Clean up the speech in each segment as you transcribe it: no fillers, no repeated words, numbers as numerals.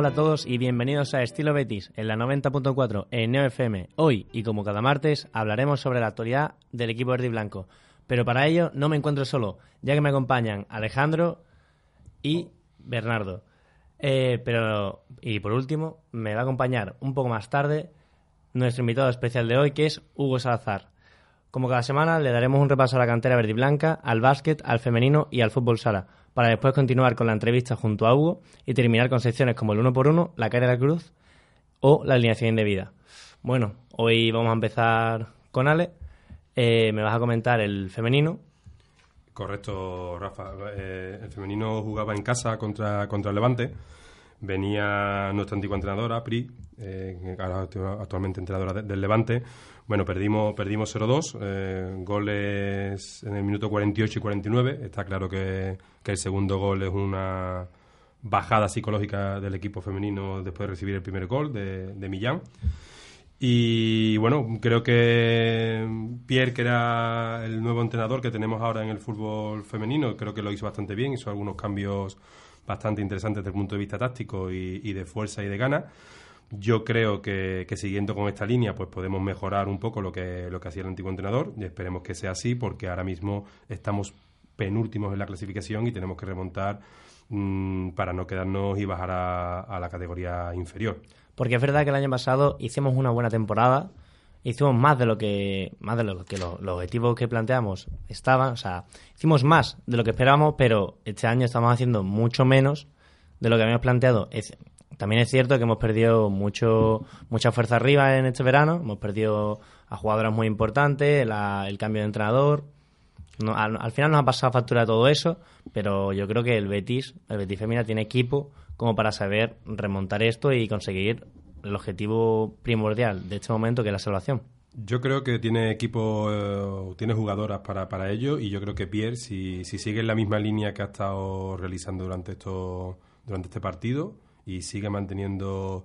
Hola a todos y bienvenidos a Estilo Betis en la 90.4 en Neo FM. Hoy, y como cada martes, hablaremos sobre la actualidad del equipo verde y blanco. Pero para ello no me encuentro solo, ya que me acompañan Alejandro y Bernardo. Y por último, me va a acompañar un poco más tarde nuestro invitado especial de hoy, que es Hugo Salazar. Como cada semana, le daremos un repaso a la cantera verde y blanca, al básquet, al femenino y al fútbol sala, para después continuar con la entrevista junto a Hugo y terminar con secciones como el 1x1, la cara de la cruz o la alineación indebida. Bueno, hoy vamos a empezar con Ale. Me vas a comentar el femenino. Correcto, Rafa. El femenino jugaba en casa contra el Levante. Venía nuestra antigua entrenadora, Pri, actualmente entrenadora del Levante. Bueno, perdimos 0-2, goles en el minuto 48 y 49. Está claro que el segundo gol es una bajada psicológica del equipo femenino después de recibir el primer gol de Millán. Y bueno, creo que Pierre, que era el nuevo entrenador que tenemos ahora en el fútbol femenino, creo que lo hizo bastante bien, hizo algunos cambios bastante interesantes desde el punto de vista táctico y de fuerza y de ganas. Yo creo que siguiendo con esta línea pues podemos mejorar un poco lo que hacía el antiguo entrenador, y esperemos que sea así, porque ahora mismo estamos penúltimos en la clasificación y tenemos que remontar para no quedarnos y bajar a la categoría inferior. Porque es verdad que el año pasado hicimos una buena temporada, hicimos más de lo que los objetivos que planteamos estaban, o sea, hicimos más de lo que esperábamos, pero este año estamos haciendo mucho menos de lo que habíamos planteado. También es cierto que hemos perdido mucha fuerza arriba en este verano, hemos perdido a jugadoras muy importantes, el cambio de entrenador. No, al final nos ha pasado factura todo eso, pero yo creo que el Betis Femina tiene equipo como para saber remontar esto y conseguir el objetivo primordial de este momento, que es la salvación. Yo creo que tiene equipo, tiene jugadoras para ello, y yo creo que Pierre, si sigue en la misma línea que ha estado realizando durante este partido y sigue manteniendo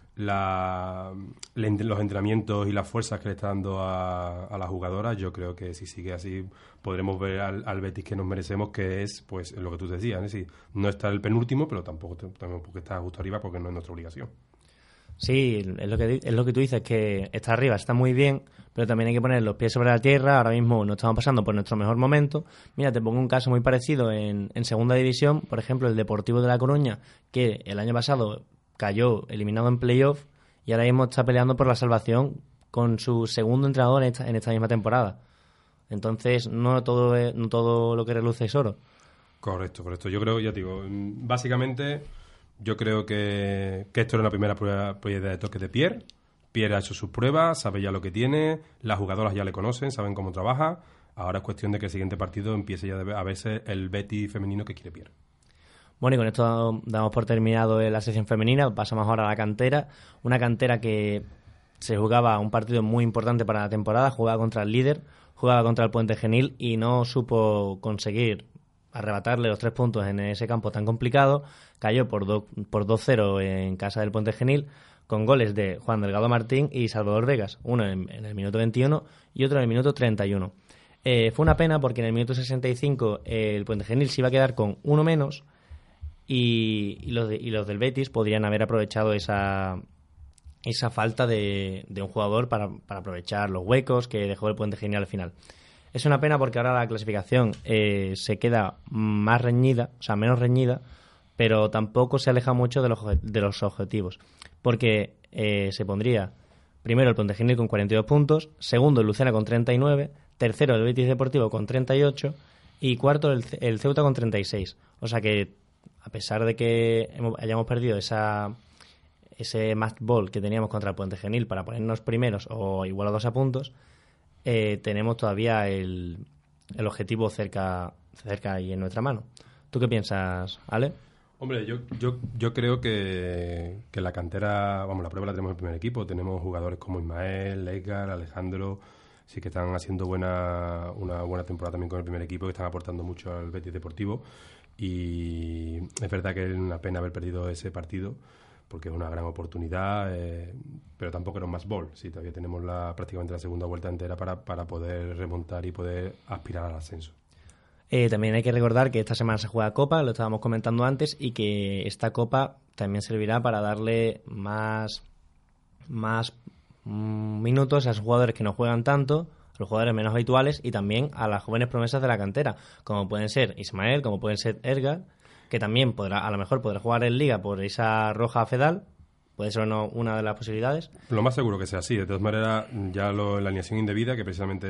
los entrenamientos y las fuerzas que le está dando a las jugadoras, yo creo que si sigue así podremos ver al Betis que nos merecemos, que es pues lo que tú decías, es decir, no está el penúltimo, pero tampoco porque está justo arriba, porque no es nuestra obligación. Sí, es lo que tú dices, que está arriba, está muy bien, pero también hay que poner los pies sobre la tierra. Ahora mismo no estamos pasando por nuestro mejor momento. Mira, te pongo un caso muy parecido en segunda división, por ejemplo, el Deportivo de La Coruña, que el año pasado cayó eliminado en playoff y ahora mismo está peleando por la salvación con su segundo entrenador en esta misma temporada. Entonces, no todo lo que reluce es oro. Correcto. Yo creo, ya te digo, básicamente yo creo que esto era una primera prueba de toque de Pierre. Pierre ha hecho sus pruebas, sabe ya lo que tiene, las jugadoras ya le conocen, saben cómo trabaja. Ahora es cuestión de que el siguiente partido empiece ya a verse el Betis femenino que quiere Pierre. Bueno, y con esto damos por terminado la sección femenina. Pasamos ahora a la cantera. Una cantera que se jugaba un partido muy importante para la temporada. Jugaba contra el líder, jugaba contra el Puente Genil y no supo conseguir arrebatarle los 3 puntos en ese campo tan complicado. Cayó por 2-0 en casa del Puente Genil, con goles de Juan Delgado Martín y Salvador Vegas, uno en el minuto 21 y otro en el minuto 31. Fue una pena porque en el minuto 65 el Puente Genil se iba a quedar con uno menos, y los del Betis podrían haber aprovechado esa falta de un jugador para aprovechar los huecos que dejó el Puente Genil al final. Es una pena porque ahora la clasificación se queda más reñida, o sea, menos reñida, pero tampoco se aleja mucho de los objetivos, porque se pondría primero el Puente Genil con 42 puntos, segundo el Lucena con 39, tercero el Betis Deportivo con 38 y cuarto el Ceuta con 36. O sea que, a pesar de que hayamos perdido ese match ball que teníamos contra el Puente Genil para ponernos primeros o igualados a puntos, tenemos todavía el objetivo cerca y en nuestra mano. ¿Tú qué piensas, Ale? Hombre, yo creo que la cantera, vamos, la prueba la tenemos en el primer equipo. Tenemos jugadores como Ismael, Edgar, Alejandro, sí que están haciendo una buena temporada también con el primer equipo, que están aportando mucho al Betis Deportivo. Y es verdad que es una pena haber perdido ese partido, porque es una gran oportunidad, pero tampoco era un match ball. Sí, todavía tenemos prácticamente la segunda vuelta entera para poder remontar y poder aspirar al ascenso. También hay que recordar que esta semana se juega Copa, lo estábamos comentando antes, y que esta Copa también servirá para darle más minutos a esos jugadores que no juegan tanto, a los jugadores menos habituales y también a las jóvenes promesas de la cantera, como pueden ser Ismael, como pueden ser Edgar, que también a lo mejor podrá jugar en Liga por esa roja a Fedal. Puede ser una de las posibilidades. Lo más seguro que sea así. De todas maneras, ya la alineación indebida, que precisamente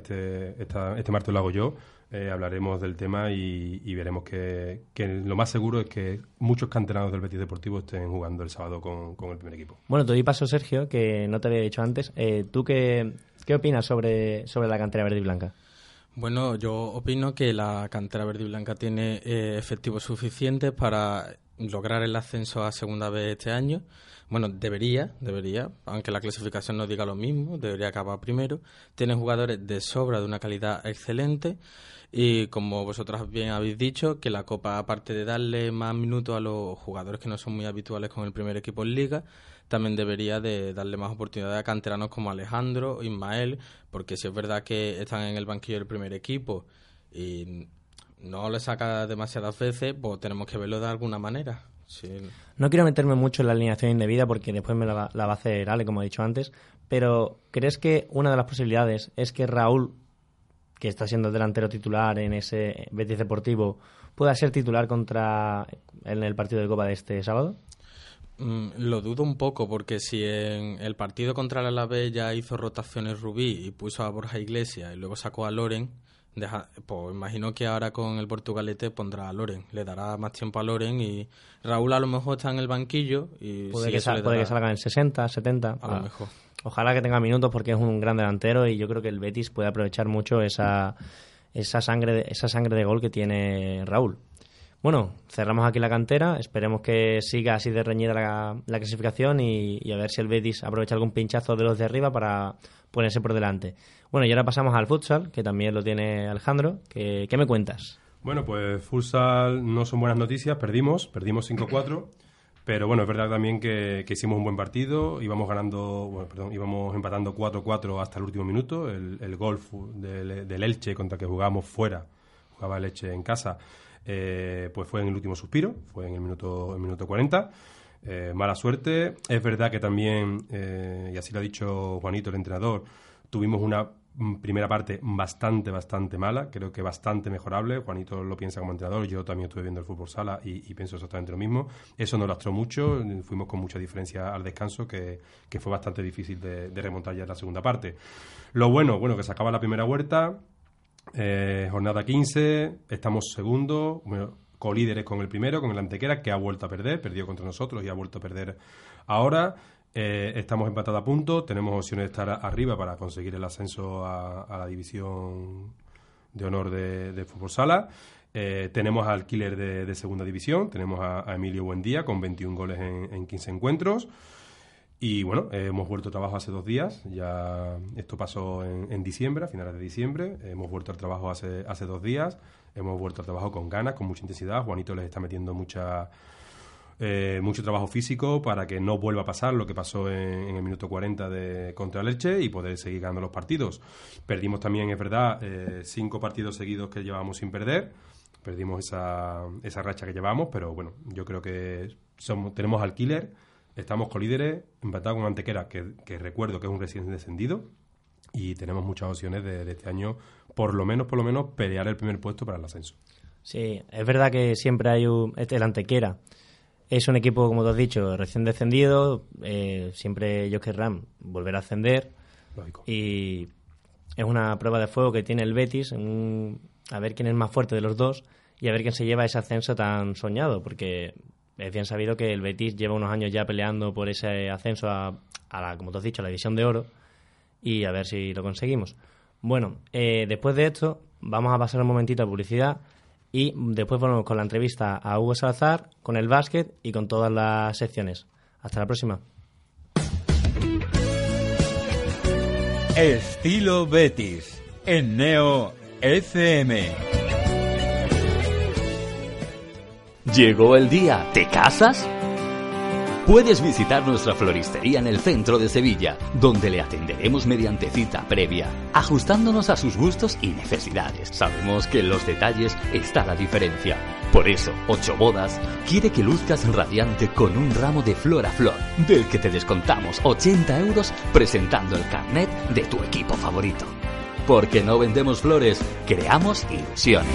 este martes lo hago yo, hablaremos del tema y veremos que lo más seguro es que muchos canteranos del Betis Deportivo estén jugando el sábado con el primer equipo. Bueno, te doy paso, Sergio, que no te había dicho antes. ¿Tú qué opinas sobre la cantera verde y blanca? Bueno, yo opino que la cantera verde y blanca tiene efectivos suficientes para lograr el ascenso a segunda vez este año. Bueno, debería, aunque la clasificación no diga lo mismo, debería acabar primero. Tiene jugadores de sobra, de una calidad excelente, y como vosotros bien habéis dicho, que la Copa, aparte de darle más minutos a los jugadores que no son muy habituales con el primer equipo en Liga, también debería de darle más oportunidades a canteranos como Alejandro, Ismael, porque si es verdad que están en el banquillo del primer equipo y no le saca demasiadas veces, pues tenemos que verlo de alguna manera. Sí. No quiero meterme mucho en la alineación indebida porque después me la va a hacer Ale, como he dicho antes, pero ¿crees que una de las posibilidades es que Raúl, que está siendo delantero titular en ese Betis Deportivo, pueda ser titular en el partido de Copa de este sábado? Lo dudo un poco, porque si en el partido contra el Alavés ya hizo rotaciones Rubí y puso a Borja Iglesias y luego sacó a Loren, pues imagino que ahora con el Portugalete pondrá a Loren, le dará más tiempo a Loren, y Raúl a lo mejor está en el banquillo y puede que salga en 60, 70 a lo mejor. Ojalá que tenga minutos porque es un gran delantero y yo creo que el Betis puede aprovechar mucho esa sangre de gol que tiene Raúl. Bueno, cerramos aquí la cantera, esperemos que siga así de reñida la clasificación y a ver si el Betis aprovecha algún pinchazo de los de arriba para ponerse por delante. Bueno, y ahora pasamos al futsal, que también lo tiene Alejandro. ¿Qué me cuentas? Bueno, pues futsal no son buenas noticias, perdimos 5-4, pero bueno, es verdad también que hicimos un buen partido, íbamos empatando 4-4 hasta el último minuto, el gol del Elche contra que jugaba el Elche en casa, pues fue en el último suspiro, fue en el minuto 40. Mala suerte. Es verdad que también, y así lo ha dicho Juanito, el entrenador, tuvimos una primera parte bastante mala, creo que bastante mejorable. Juanito lo piensa como entrenador, yo también estuve viendo el fútbol sala y pienso exactamente lo mismo. Eso nos lastró mucho, fuimos con mucha diferencia al descanso, que fue bastante difícil de remontar ya en la segunda parte. Lo bueno, que se acaba la primera vuelta, jornada 15, estamos segundos, colíderes con el primero, con el Antequera, que ha vuelto a perder, perdió contra nosotros y ha vuelto a perder ahora. Estamos empatados a punto, tenemos opciones de estar arriba para conseguir el ascenso a la división de honor de fútbol sala. Tenemos al killer de segunda división, tenemos a Emilio Buendía con 21 goles en 15 encuentros. Y bueno, hemos vuelto a trabajo hace 2 días, ya esto pasó en diciembre, a finales de diciembre, hemos vuelto al trabajo hace 2 días, hemos vuelto al trabajo con ganas, con mucha intensidad. Juanito les está metiendo mucho trabajo físico para que no vuelva a pasar lo que pasó en el minuto 40 contra el Elche y poder seguir ganando los partidos. Perdimos también, es verdad, 5 partidos seguidos que llevábamos sin perder, perdimos esa racha que llevamos, pero bueno, yo creo que tenemos al killer. Estamos colíderes, empatados con Antequera, que recuerdo que es un recién descendido, y tenemos muchas opciones de este año, por lo menos, pelear el primer puesto para el ascenso. Sí, es verdad que siempre hay el Antequera. Es un equipo, como tú has dicho, recién descendido, siempre ellos querrán volver a ascender. Lógico. Y es una prueba de fuego que tiene el Betis, a ver quién es más fuerte de los dos y a ver quién se lleva ese ascenso tan soñado, porque es bien sabido que el Betis lleva unos años ya peleando por ese ascenso a como tú has dicho, a la División de Oro, y a ver si lo conseguimos. Bueno, después de esto vamos a pasar un momentito a publicidad y después volvemos con la entrevista a Hugo Salazar, con el básquet y con todas las secciones. Hasta la próxima. Estilo Betis en Neo FM. Llegó el día. ¿Te casas? Puedes visitar nuestra floristería en el centro de Sevilla, donde le atenderemos mediante cita previa, ajustándonos a sus gustos y necesidades. Sabemos que en los detalles está la diferencia. Por eso, 8 Bodas quiere que luzcas radiante con un ramo de flor a flor, del que te descontamos 80 euros presentando el carnet de tu equipo favorito. Porque no vendemos flores, creamos ilusiones.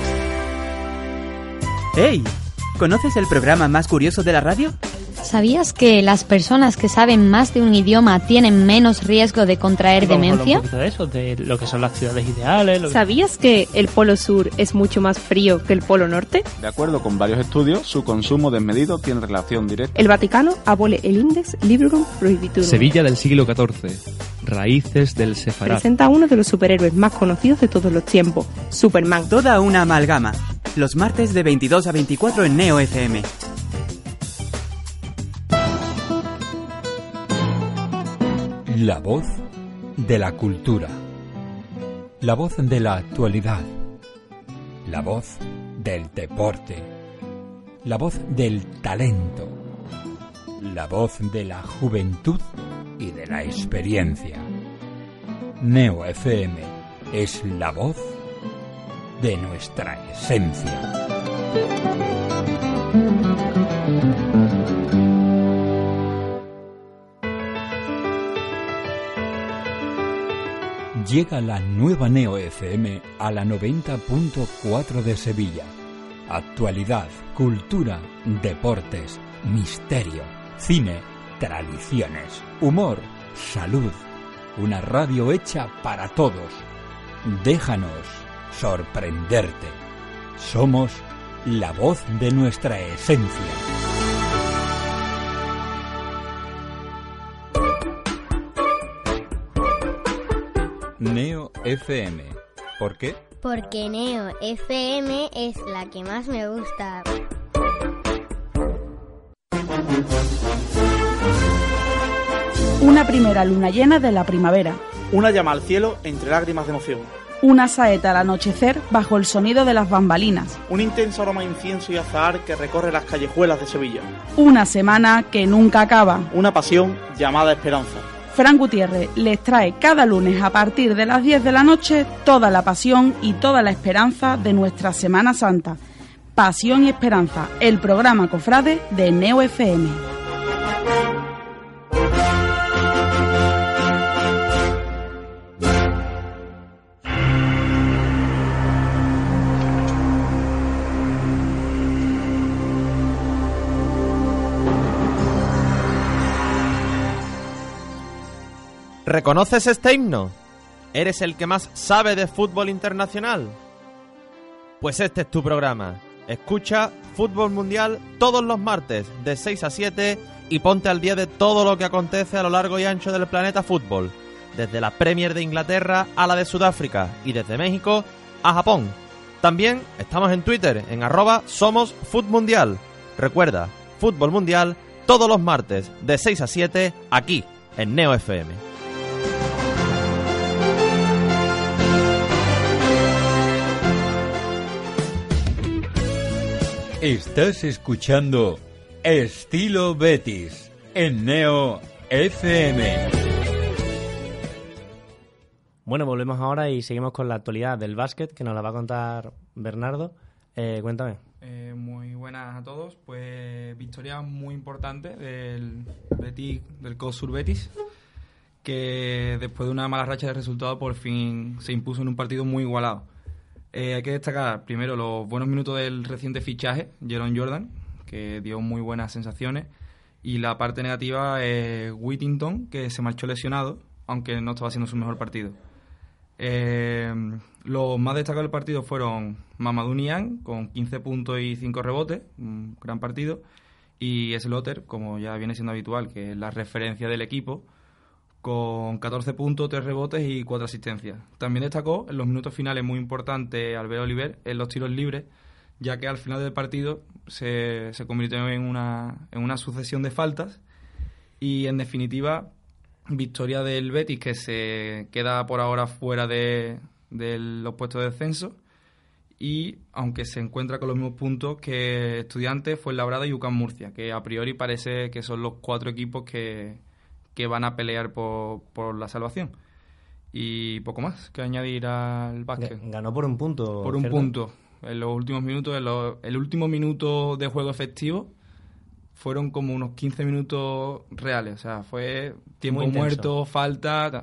¡Hey! ¿Conoces el programa más curioso de la radio? ¿Sabías que las personas que saben más de un idioma tienen menos riesgo de contraer demencia? Un poquito de eso, de lo que son las ciudades ideales. ¿Sabías que el Polo Sur es mucho más frío que el Polo Norte? De acuerdo con varios estudios, su consumo desmedido tiene relación directa. El Vaticano abole el Index Librorum Prohibitorum. Sevilla del siglo XIV. Raíces del Sefarad. Presenta a uno de los superhéroes más conocidos de todos los tiempos, Superman. Toda una amalgama. Los martes de 22 a 24 en Neo FM. La voz de la cultura. La voz de la actualidad. La voz del deporte. La voz del talento. La voz de la juventud y de la experiencia. Neo FM es la voz de nuestra esencia. Llega la nueva Neo FM a la 90.4 de Sevilla. Actualidad, cultura, deportes, misterio, cine, tradiciones, humor, salud. Una radio hecha para todos. Déjanos sorprenderte. Somos la voz de nuestra esencia. Neo FM. ¿Por qué? Porque Neo FM es la que más me gusta. Una primera luna llena de la primavera. Una llama al cielo entre lágrimas de emoción. Una saeta al anochecer bajo el sonido de las bambalinas. Un intenso aroma a incienso y azahar que recorre las callejuelas de Sevilla. Una semana que nunca acaba. Una pasión llamada esperanza. Fran Gutiérrez les trae cada lunes a partir de las 10 de la noche toda la pasión y toda la esperanza de nuestra Semana Santa. Pasión y Esperanza, el programa cofrade de Neo FM. ¿Reconoces este himno? ¿Eres el que más sabe de fútbol internacional? Pues este es tu programa. Escucha Fútbol Mundial todos los martes de 6 a 7 y ponte al día de todo lo que acontece a lo largo y ancho del planeta fútbol, desde la Premier de Inglaterra a la de Sudáfrica y desde México a Japón. También estamos en Twitter en @SomosFutMundial. Recuerda, Fútbol Mundial todos los martes de 6 a 7 aquí en Neo FM. Estás escuchando Estilo Betis en Neo FM. Bueno, volvemos ahora y seguimos con la actualidad del básquet que nos la va a contar Bernardo. Cuéntame. Muy buenas a todos. Pues victoria muy importante del Betis, del COSUR Betis, que después de una mala racha de resultados por fin se impuso en un partido muy igualado. Hay que destacar primero los buenos minutos del reciente fichaje, Jerome Jordan, que dio muy buenas sensaciones, y la parte negativa es Whittington, que se marchó lesionado, aunque no estaba haciendo su mejor partido. Los más destacados del partido fueron Mamadou Niang, con 15 puntos y 5 rebotes, un gran partido, y Slaughter, como ya viene siendo habitual, que es la referencia del equipo, con 14 puntos, 3 rebotes y 4 asistencias. También destacó en los minutos finales muy importantes Albert Oliver en los tiros libres, ya que al final del partido se convirtió en una sucesión de faltas y, en definitiva, victoria del Betis, que se queda por ahora fuera de los puestos de descenso, y aunque se encuentra con los mismos puntos que Estudiantes, Fuenlabrada y UCAM Murcia, que a priori parece que son los 4 equipos que van a pelear por la salvación. Y poco más que añadir al básquet. Ganó por un punto. Por un punto. En los últimos minutos, el último minuto de juego efectivo fueron como unos 15 minutos reales. O sea, fue tiempo muerto, falta.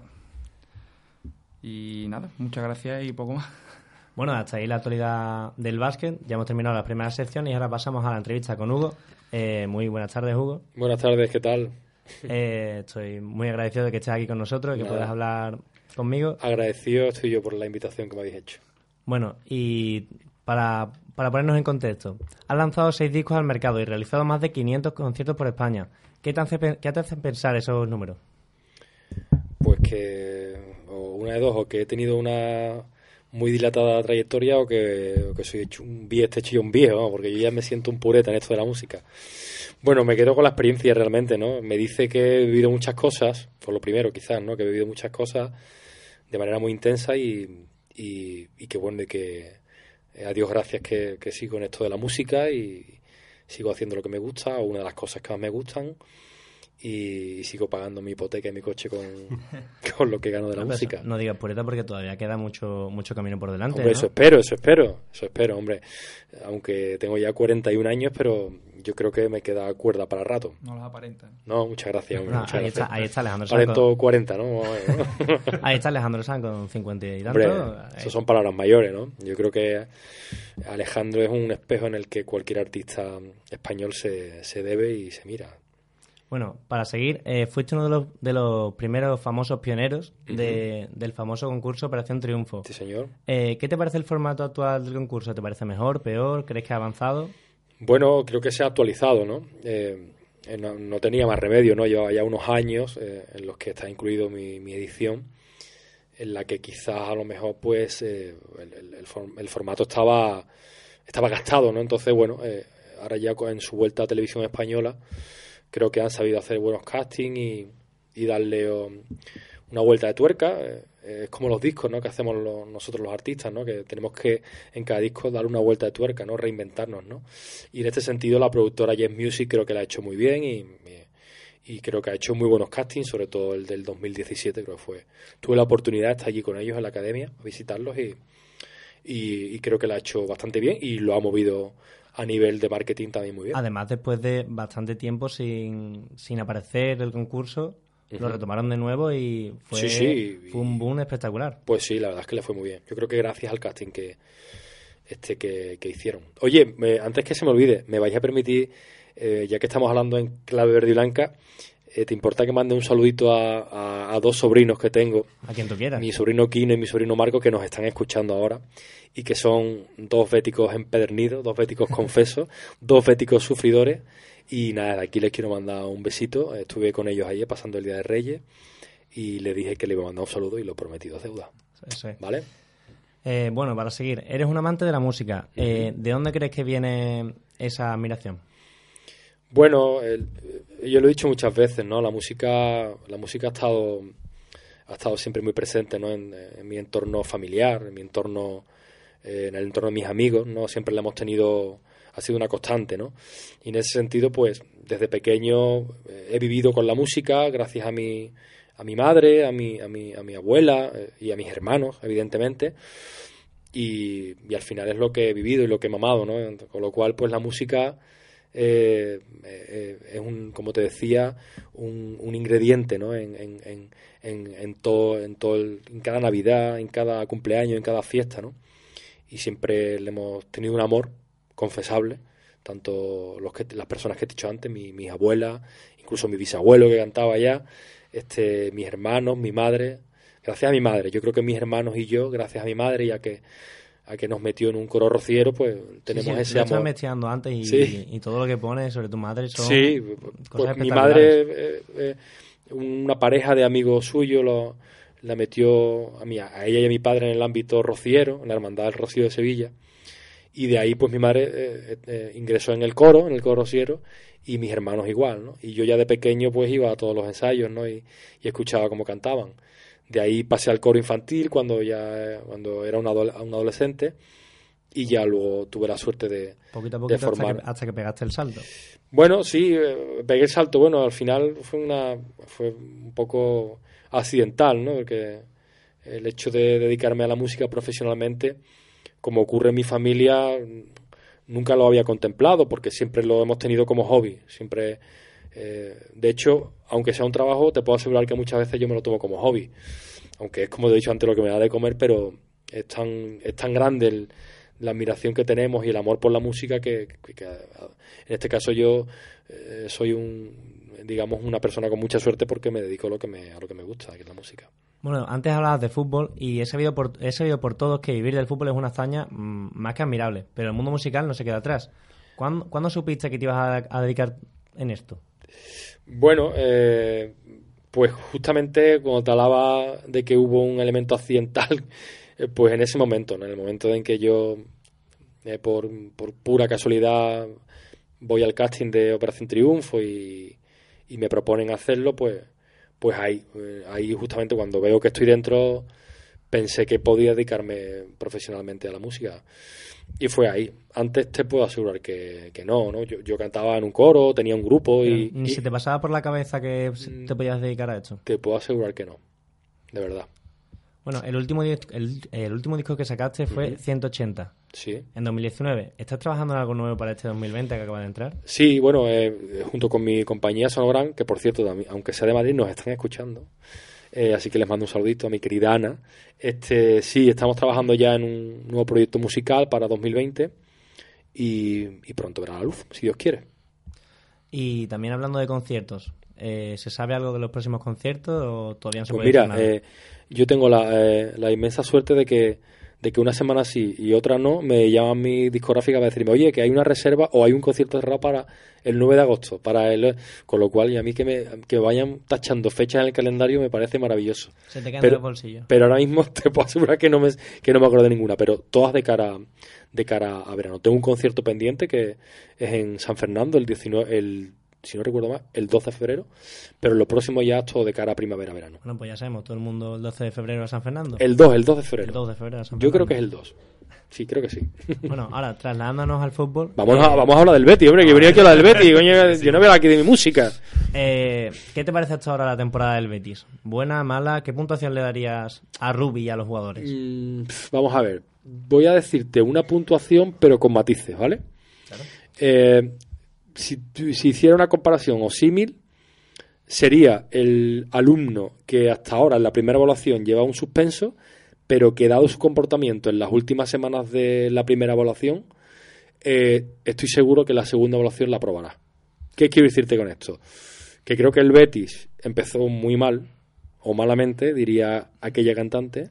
Y nada, muchas gracias y poco más. Bueno, hasta ahí la actualidad del básquet. Ya hemos terminado la primera sección y ahora pasamos a la entrevista con Hugo. Muy buenas tardes, Hugo. Buenas tardes, ¿qué tal? Estoy muy agradecido de que estés aquí con nosotros y que puedas hablar conmigo. Agradecido estoy yo por la invitación que me habéis hecho. Bueno, y para ponernos en contexto, has lanzado 6 discos al mercado y realizado más de 500 conciertos por España. ¿Qué te hace pensar esos números? Pues que una de dos, o que he tenido una muy dilatada trayectoria o que soy hecho un viejo, ¿no? Porque yo ya me siento un pureta en esto de la música. Bueno, me quedo con la experiencia realmente, ¿no? Me dice que he vivido muchas cosas, por lo primero quizás, ¿no? Que he vivido muchas cosas de manera muy intensa y que bueno, de que a Dios gracias que sigo en esto de la música y sigo haciendo lo que me gusta, o una de las cosas que más me gustan, y sigo pagando mi hipoteca y mi coche con lo que gano de la música. No digas pureta porque todavía queda mucho camino por delante. Hombre, ¿no? Eso espero, hombre. Aunque tengo ya 41 años, pero yo creo que me queda cuerda para rato. No los aparenta. No, muchas gracias, hombre. Muchas gracias. Ahí está Alejandro Sanz. Aparento 40, ¿no? Ahí está Alejandro Sanz con 50 y tanto. Hombre, eso son palabras mayores, ¿no? Yo creo que Alejandro es un espejo en el que cualquier artista español se debe y se mira. Bueno, para seguir, fuiste uno de los primeros famosos pioneros del famoso concurso Operación Triunfo. Sí, señor. ¿Qué te parece el formato actual del concurso? ¿Te parece mejor, peor? ¿Crees que ha avanzado? Bueno, creo que se ha actualizado, ¿no? No tenía más remedio, ¿no? Llevaba ya unos años en los que está incluido mi edición, en la que quizás a lo mejor pues el formato estaba gastado, ¿no? Entonces, bueno, ahora ya en su vuelta a Televisión Española creo que han sabido hacer buenos castings y darle una vuelta de tuerca. Es como los discos, ¿no? Que hacemos nosotros los artistas, ¿no? Que tenemos que en cada disco dar una vuelta de tuerca, ¿no? Reinventarnos, ¿no? Y en este sentido la productora Yes Music creo que la ha hecho muy bien y creo que ha hecho muy buenos castings, sobre todo el del 2017 creo que fue. Tuve la oportunidad de estar allí con ellos en la academia, a visitarlos y creo que la ha hecho bastante bien y lo ha movido a nivel de marketing también muy bien. Además, después de bastante tiempo sin aparecer el concurso, lo retomaron de nuevo y fue un boom espectacular. Pues sí, la verdad es que le fue muy bien. Yo creo que gracias al casting que hicieron. Oye, antes que se me olvide, me vais a permitir, ya que estamos hablando en clave verde y blanca, ¿te importa que mande un saludito a 2 sobrinos que tengo? A quien tú quieras. Mi sobrino Kino y mi sobrino Marco, que nos están escuchando ahora y que son 2 béticos empedernidos, 2 béticos confesos, 2 béticos sufridores. Y nada, aquí les quiero mandar un besito. Estuve con ellos ayer pasando el Día de Reyes y les dije que le iba a mandar un saludo y lo prometido es deuda. Sí. ¿Vale? Bueno, para seguir, eres un amante de la música. ¿De dónde crees que viene esa admiración? Bueno, yo lo he dicho muchas veces, ¿no? La música ha estado siempre muy presente, ¿no? En mi entorno familiar, en el entorno de mis amigos, ¿no? Siempre la hemos tenido, ha sido una constante, ¿no? Y en ese sentido, pues, desde pequeño he vivido con la música gracias a mi madre, a mi abuela y a mis hermanos, evidentemente. Y al final es lo que he vivido y lo que he mamado, ¿no? Con lo cual, pues, la música es como te decía, un ingrediente, ¿no? En cada Navidad, en cada cumpleaños, en cada fiesta, ¿no? Y siempre le hemos tenido un amor confesable, tanto las personas que he dicho antes, mis abuelas, incluso mi bisabuelo que cantaba allá, mis hermanos, mi madre. Gracias a mi madre, yo creo que mis hermanos y yo, gracias a mi madre y a que nos metió en un coro rociero, pues tenemos ese amor. Lo estás mezclando antes y todo lo que pones sobre tu madre son cosas pues mi madre, una pareja de amigos suyos la metió a ella y a mi padre en el ámbito rociero, en la Hermandad del Rocío de Sevilla, y de ahí pues mi madre ingresó en el coro rociero, y mis hermanos igual, ¿no? Y yo ya de pequeño pues iba a todos los ensayos, ¿no? Y escuchaba cómo cantaban. De ahí pasé al coro infantil cuando era un adolescente y ya luego tuve la suerte de poquito a poquito formar. hasta que pegaste el salto. Bueno, sí, pegué el salto. Bueno, al final fue un poco accidental, ¿no? Porque el hecho de dedicarme a la música profesionalmente, como ocurre en mi familia, nunca lo había contemplado, porque siempre lo hemos tenido como hobby. Siempre, de hecho, aunque sea un trabajo, te puedo asegurar que muchas veces yo me lo tomo como hobby. Aunque es, como he dicho antes, lo que me da de comer, pero es tan grande la admiración que tenemos y el amor por la música que en este caso yo soy una persona con mucha suerte porque me dedico a lo que me gusta, que es la música. Bueno, antes hablabas de fútbol y he sabido por todos que vivir del fútbol es una hazaña más que admirable, pero el mundo musical no se queda atrás. ¿Cuándo supiste que te ibas a dedicar en esto? Bueno, pues justamente cuando te hablaba de que hubo un elemento accidental, pues en ese momento, ¿no? En el momento en que yo, por pura casualidad, voy al casting de Operación Triunfo y me proponen hacerlo, pues ahí justamente cuando veo que estoy dentro, pensé que podía dedicarme profesionalmente a la música. Y fue ahí. Antes te puedo asegurar que no. Yo cantaba en un coro, tenía un grupo y... ¿Ni se te pasaba por la cabeza que te podías dedicar a esto? Te puedo asegurar que no, de verdad. Bueno, el último disco que sacaste fue 180. Sí. En 2019. ¿Estás trabajando en algo nuevo para este 2020 que acaba de entrar? Sí, bueno, junto con mi compañía Sonogram, que por cierto, aunque sea de Madrid, nos están escuchando. Así que les mando un saludito a mi querida Ana. Sí, estamos trabajando ya en un nuevo proyecto musical para 2020 y pronto verá la luz, si Dios quiere. Y también hablando de conciertos, ¿se sabe algo de los próximos conciertos o todavía no se puede decir nada? Yo tengo la inmensa suerte de que una semana sí y otra no, me llaman mi discográfica para decirme, oye, que hay una reserva o hay un concierto cerrado para el 9 de agosto, con lo cual, y a mí que vayan tachando fechas en el calendario me parece maravilloso. Se te quedan en el bolsillo. Pero ahora mismo te puedo asegurar que no me acuerdo de ninguna, pero todas de cara a verano. Tengo un concierto pendiente que es en San Fernando, si no recuerdo mal, el 12 de febrero, pero lo próximo ya es todo de cara a primavera-verano. Bueno, pues ya sabemos, todo el mundo el 12 de febrero a San Fernando. El 2 de febrero. El 2 de febrero a San Fernando. Yo creo que es el 2. Sí, creo que sí. Bueno, ahora, trasladándonos al fútbol... Vamos a hablar del Betis, hombre, que venía aquí a hablar del Betis, coño, yo no veo aquí de mi música. ¿Qué te parece hasta ahora la temporada del Betis? ¿Buena, mala? ¿Qué puntuación le darías a Rubi y a los jugadores? Vamos a ver, voy a decirte una puntuación, pero con matices, ¿vale? Claro. Si hiciera una comparación o símil, sería el alumno que hasta ahora en la primera evaluación lleva un suspenso, pero que dado su comportamiento en las últimas semanas de la primera evaluación, estoy seguro que la segunda evaluación la aprobará. ¿Qué quiero decirte con esto? Que creo que el Betis empezó muy mal, o malamente, diría aquella cantante,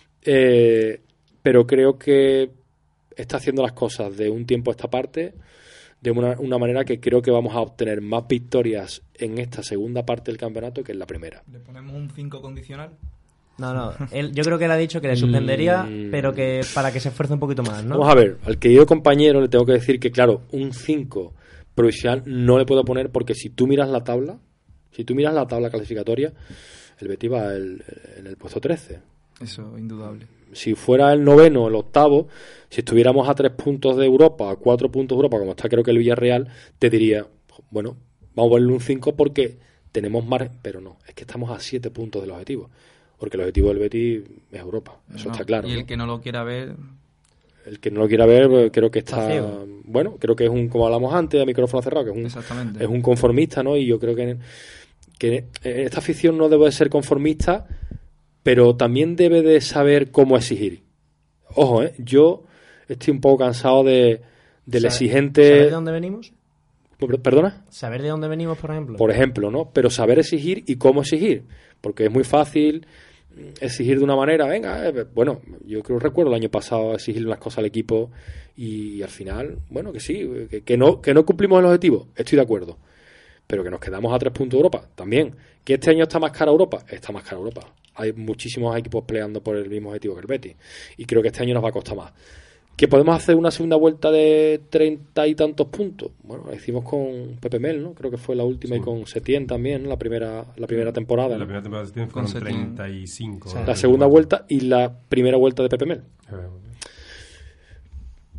pero creo que está haciendo las cosas de un tiempo a esta parte de una manera que creo que vamos a obtener más victorias en esta segunda parte del campeonato que en la primera. ¿Le ponemos un 5 condicional? No, yo creo que él ha dicho que le suspendería, pero que para que se esfuerce un poquito más, ¿no? Vamos a ver, al querido compañero le tengo que decir que, claro, un 5 provisional no le puedo poner porque si tú miras la tabla clasificatoria, el Betis va en el puesto 13. Eso, indudable. Si fuera el noveno o el octavo, si estuviéramos a 3 puntos de Europa, a 4 puntos de Europa, como está creo que el Villarreal, te diría, bueno, vamos a ponerle un 5 porque tenemos margen, pero no, es que estamos a 7 puntos del objetivo, porque el objetivo del Betis es Europa, eso está claro. Y el que no lo quiera ver... El que no lo quiera ver, pues, creo que está bueno, creo que es como hablamos antes, a micrófono cerrado, que es un conformista, ¿no? Y yo creo que esta afición no debe de ser conformista, pero también debe de saber cómo exigir. Ojo, yo estoy un poco cansado del exigente... ¿Saber de dónde venimos? ¿Perdona? ¿Saber de dónde venimos, por ejemplo? Por ejemplo, ¿no? Pero saber exigir y cómo exigir. Porque es muy fácil exigir de una manera, venga, bueno, yo creo recuerdo el año pasado exigir unas cosas al equipo y al final, bueno, que sí, que no cumplimos el objetivo, estoy de acuerdo. Pero que nos quedamos a 3 puntos de Europa, también. ¿Que este año está más cara Europa? Está más cara Europa. Hay muchísimos equipos peleando por el mismo objetivo que el Betis. Y creo que este año nos va a costar más. ¿Que podemos hacer una segunda vuelta de 30 y tantos puntos? Bueno, lo hicimos con Pepe Mel, ¿no? Creo que fue la última, sí. Y con Setién también, la primera temporada. La primera temporada de Setién fueron 35. Sí. La segunda vuelta y la primera vuelta de Pepe Mel.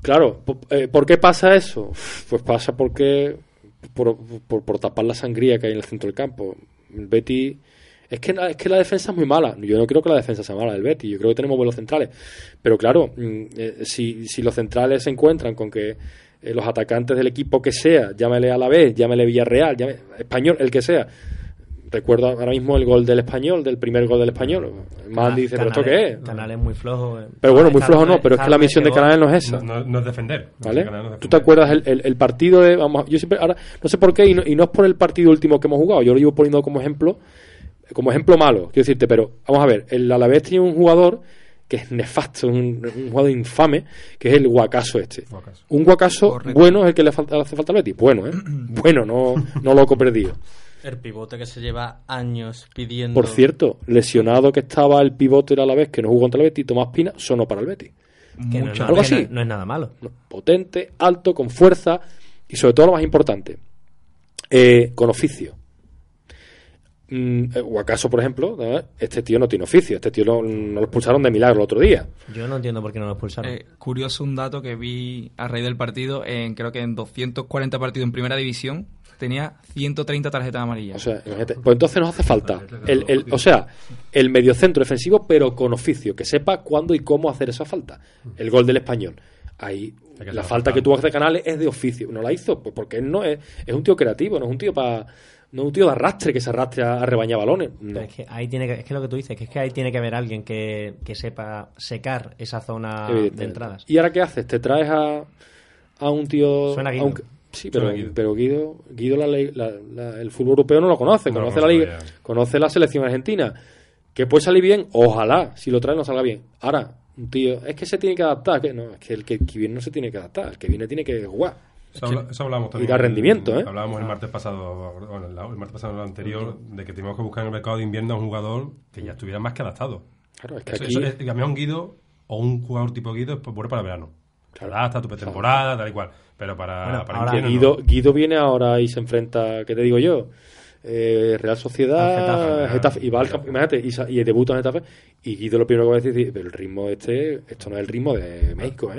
Claro, ¿por qué pasa eso? Pues pasa porque por tapar la sangría que hay en el centro del campo. El Betis... Es que la defensa es muy mala. Yo no creo que la defensa sea mala del Betis. Yo creo que tenemos buenos centrales. Pero claro, si los centrales se encuentran con que los atacantes del equipo que sea, llámele Alavés, llámele Villarreal, llámele Español, el que sea. Recuerdo ahora mismo el gol del Español, del primer gol del Español. Mandi dice, ¿pero esto qué es? Canales muy flojo. Pero bueno, muy flojo no, pero es que la misión de Canales no es esa. No es defender. ¿Vale? ¿Tú te acuerdas el partido de... yo siempre, ahora, no sé por qué, y no es por el partido último que hemos jugado, yo lo llevo poniendo como ejemplo malo, quiero decirte, pero vamos a ver, el Alavés tiene un jugador que es nefasto, un jugador infame, que es el Guacaso este. Un Guacaso bueno es el que le hace falta al Betis. Bueno, bueno, no loco perdido. El pivote que se lleva años pidiendo... Por cierto, lesionado que estaba el pivote del Alavés, que no jugó contra el Betis, Tomás Pina, sonó para el Betis. Algo así. No es nada malo. Potente, alto, con fuerza y sobre todo lo más importante, con oficio. O acaso, por ejemplo, este tío no tiene oficio, este tío no lo expulsaron de milagro el otro día. Yo no entiendo por qué no lo expulsaron. Curioso un dato que vi a raíz del partido, creo que en 240 partidos en primera división tenía 130 tarjetas amarillas. O sea, imagínate, pues entonces nos hace falta el mediocentro defensivo, pero con oficio, que sepa cuándo y cómo hacer esa falta. El gol del Español. Ahí la falta que tuvo de Canales es de oficio. No la hizo, pues porque él no es un tío creativo, no es un tío no es un tío de arrastre que se arrastre a rebañar balones. No. Es que ahí es que lo que tú dices, que es que ahí tiene que haber alguien que sepa secar esa zona de entradas. ¿Y ahora qué haces? ¿Te traes a un tío? Suena Guido. Sí, pero Guido el fútbol europeo no lo conoce, conoce la liga, conoce la selección argentina. ¿Que puede salir bien? Ojalá, si lo trae no salga bien. Ahora, un tío, es que se tiene que adaptar, es que el que viene no se tiene que adaptar, el que viene tiene que jugar. Eso hablamos también. Y da rendimiento, Hablábamos el martes pasado, el martes pasado, el anterior, de que teníamos que buscar en el mercado de invierno a un jugador que ya estuviera más que adaptado. Claro, es que aquí... Cambiar un Guido o un jugador tipo Guido es bueno para verano. Claro. Adapta tu pretemporada, tal y cual. Pero para invierno Guido viene ahora y se enfrenta, ¿qué te digo yo? Real Sociedad, Getafe, y va al imagínate, y debuta en Getafe, y Guido lo primero que va a decir, pero el ritmo esto no es el ritmo de México,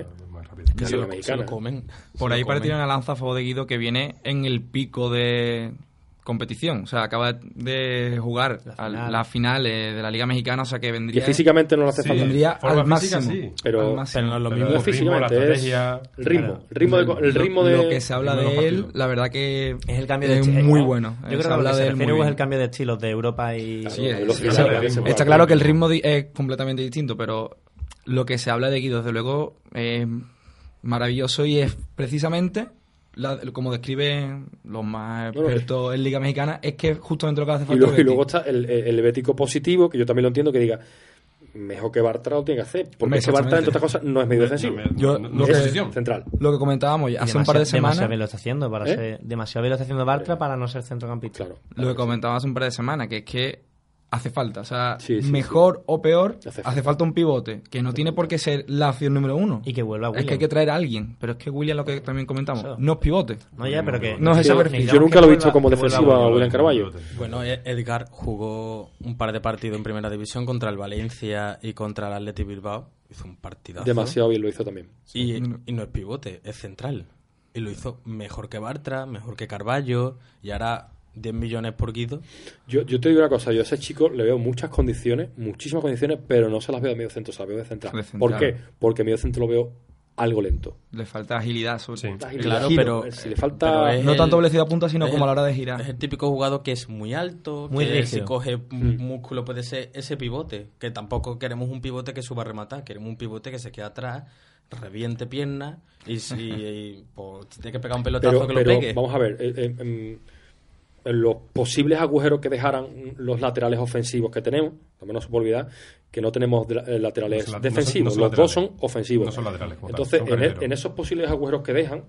Por ahí para tirar una lanza a favor de Guido, que viene en el pico de competición, o sea, acaba de jugar la final de la Liga Mexicana, o sea que vendría... Y físicamente no lo hace falta. Vendría al máximo. Sí. Pero no es lo mismo. No físicamente, el ritmo de... Lo que se habla de él, la verdad que es el cambio de estilo. Es muy bueno. Yo creo que lo que se refiere es el cambio de estilos de Europa y... Sí, está claro que el ritmo es completamente distinto, pero lo que se habla de Guido, desde luego, es maravilloso y es precisamente... como describen los más expertos en Liga Mexicana, es que justamente lo que hace falta. Y luego está el bético positivo, que yo también lo entiendo, que diga mejor que Bartra lo tiene que hacer, porque ese Bartra, entre otras cosas, no es medio defensivo, es central. Lo que comentábamos hace un par de semanas, demasiado bien lo está haciendo demasiado bien lo está haciendo Bartra para no ser centrocampista. Lo que comentábamos hace un par de semanas, que es que hace falta, o sea, mejor o peor, hace falta un pivote, que no tiene por qué ser la opción número uno. Y que vuelva a William. Es que hay que traer a alguien, pero es que William, lo que también comentamos, no es pivote. No, ya, pero que... No es ese perfil. Yo nunca lo he visto como defensivo a William Carballo. Bueno, Edgar jugó un par de partidos en Primera División contra el Valencia y contra el Athletic Bilbao. Hizo un partidazo. Demasiado bien lo hizo también. Y no es pivote, es central. Y lo hizo mejor que Bartra, mejor que Carballo, y ahora... 10 millones por Guido. Yo te digo una cosa, yo a ese chico le veo muchísimas condiciones, pero no se las veo de medio centro, se las veo de central. ¿Por qué? Porque medio centro lo veo algo lento. Le falta agilidad, claro, pero si le falta no tanto velocidad punta, sino como a la hora de girar. Es el típico jugador que es muy alto, muy rígido. Si coge músculo puede ser ese pivote, que tampoco queremos un pivote que suba a rematar, queremos un pivote que se quede atrás, reviente piernas y si pues, tiene que pegar un pelotazo que lo pegue. Vamos a ver, en los posibles agujeros que dejaran los laterales ofensivos que tenemos, no se puede olvidar que no tenemos laterales defensivos, los dos son ofensivos. No son laterales. Entonces, en esos posibles agujeros que dejan,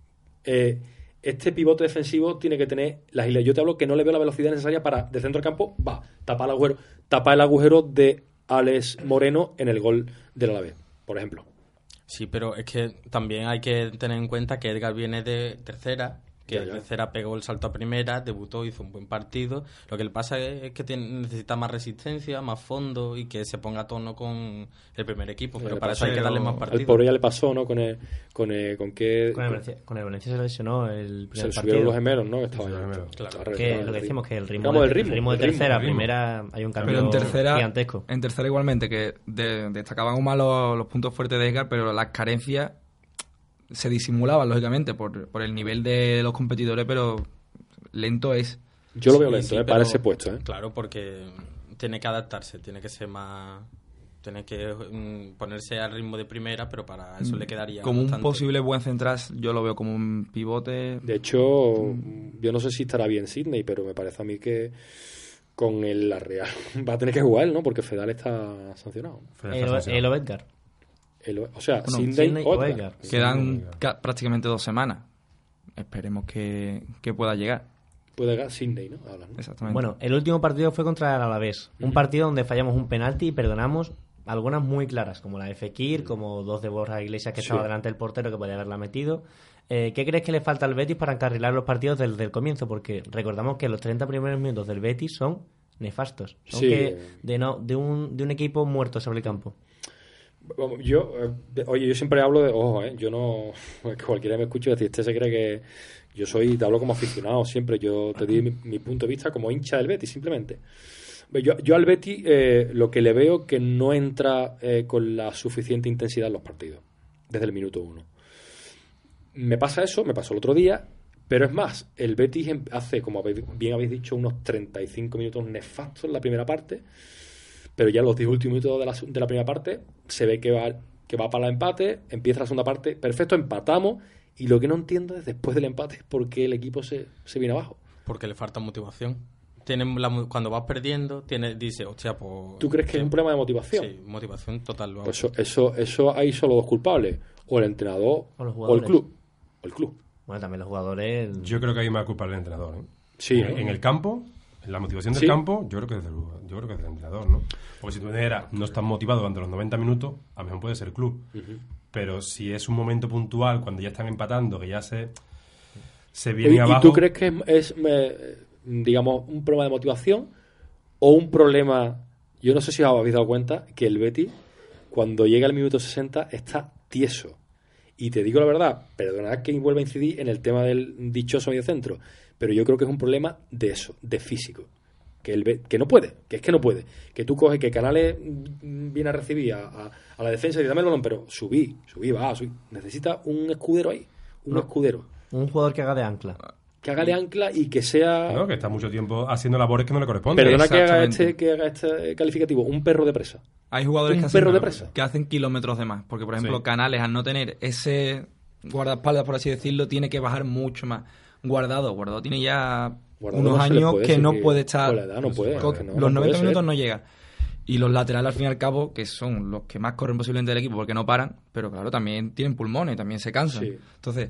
este pivote defensivo tiene que tener la agilidad. Yo te hablo que no le veo la velocidad necesaria para, de centro del campo, tapa el agujero de Alex Moreno en el gol del Alavés, por ejemplo. Sí, pero es que también hay que tener en cuenta que Edgar viene de tercera, que de tercera pegó el salto a primera, debutó, hizo un buen partido. Lo que le pasa es que necesita más resistencia, más fondo y que se ponga a tono con el primer equipo, pero para eso hay que darle más partidos. El pobre ya le pasó, ¿no? Con el Valencia se lesionó el primer se partido. subieron los gemelos, ¿no? Claro. Que lo que decimos, que el ritmo de tercera a primera hay un cambio gigantesco. En tercera igualmente, que destacaban aún más los puntos fuertes de Edgar, pero las carencias se disimulaban, lógicamente, por el nivel de los competidores, pero lento es. Yo lo veo lento, para ese puesto. Claro, porque tiene que adaptarse, tiene que ser más... Tiene que ponerse al ritmo de primera, pero para eso le quedaría como bastante. Un posible buen central, yo lo veo como un pivote. De hecho, yo no sé si estará bien Sidney, pero me parece a mí que con la Real va a tener que jugar, ¿no? Porque Fedal está sancionado. El Edgar. O sea, Sidney o Edgar. Quedan prácticamente 2 semanas. Esperemos que pueda llegar. Puede llegar Sidney, ¿no? Exactamente. Bueno, el último partido fue contra el Alavés. Un partido donde fallamos un penalti y perdonamos algunas muy claras, como la de Fekir, como 2 de Borja Iglesias que estaba delante del portero que podía haberla metido. ¿Qué crees que le falta al Betis para encarrilar los partidos desde el comienzo? Porque recordamos que los 30 primeros minutos del Betis son nefastos. Son de un equipo muerto sobre el campo. Yo siempre hablo de... Ojo, yo no... Que cualquiera me escuche decir, se cree que... Yo te hablo como aficionado siempre. Yo te di mi punto de vista como hincha del Betis, simplemente. Yo al Betis lo que le veo que no entra con la suficiente intensidad en los partidos, desde el minuto 1. Me pasa eso, me pasó el otro día, pero es más, el Betis hace, como bien habéis dicho, unos 35 minutos nefastos en la primera parte, pero ya en los 10 últimos minutos de la primera parte se ve que va para el empate, empieza la segunda parte, perfecto, empatamos, y lo que no entiendo es después del empate es por qué el equipo se viene abajo. Porque le falta motivación. Cuando vas perdiendo, dice, hostia, pues... ¿Tú crees que es un problema de motivación? Sí, motivación total. Pues eso hay solo 2 culpables, o el entrenador o el club. Bueno, también los jugadores... Yo creo que hay más culpa del entrenador, ¿eh? Sí. En el campo, en la motivación del campo, yo creo que es del entrenador, ¿no? Porque si tú no estás motivado durante los 90 minutos, a lo mejor puede ser el club. Uh-huh. Pero si es un momento puntual, cuando ya están empatando, que ya se viene abajo... ¿Y tú crees que es digamos, un problema de motivación o un problema... Yo no sé si os habéis dado cuenta que el Betis, cuando llega al minuto 60, está tieso. Y te digo la verdad, perdonad que vuelva a incidir en el tema del dichoso mediocentro, pero yo creo que es un problema de eso, de físico. Que no puede, que no puede. Que tú coges, que Canales viene a recibir a la defensa y dice, dame el balón, pero subí. Necesita un escudero ahí, escudero. Un jugador que haga de ancla. Que haga de ancla y que sea... No, que está mucho tiempo haciendo labores que no le corresponden. Perdona que haga este calificativo, un perro de presa. Hay jugadores que hacen kilómetros de más, porque por ejemplo Canales, al no tener ese guardaespaldas, por así decirlo, tiene que bajar mucho más. Guardado tiene ya unos años que no puede estar... Los 90 minutos no llega. Y los laterales, al fin y al cabo, que son los que más corren posiblemente del equipo porque no paran, pero claro, también tienen pulmones, también se cansan. Sí. Entonces...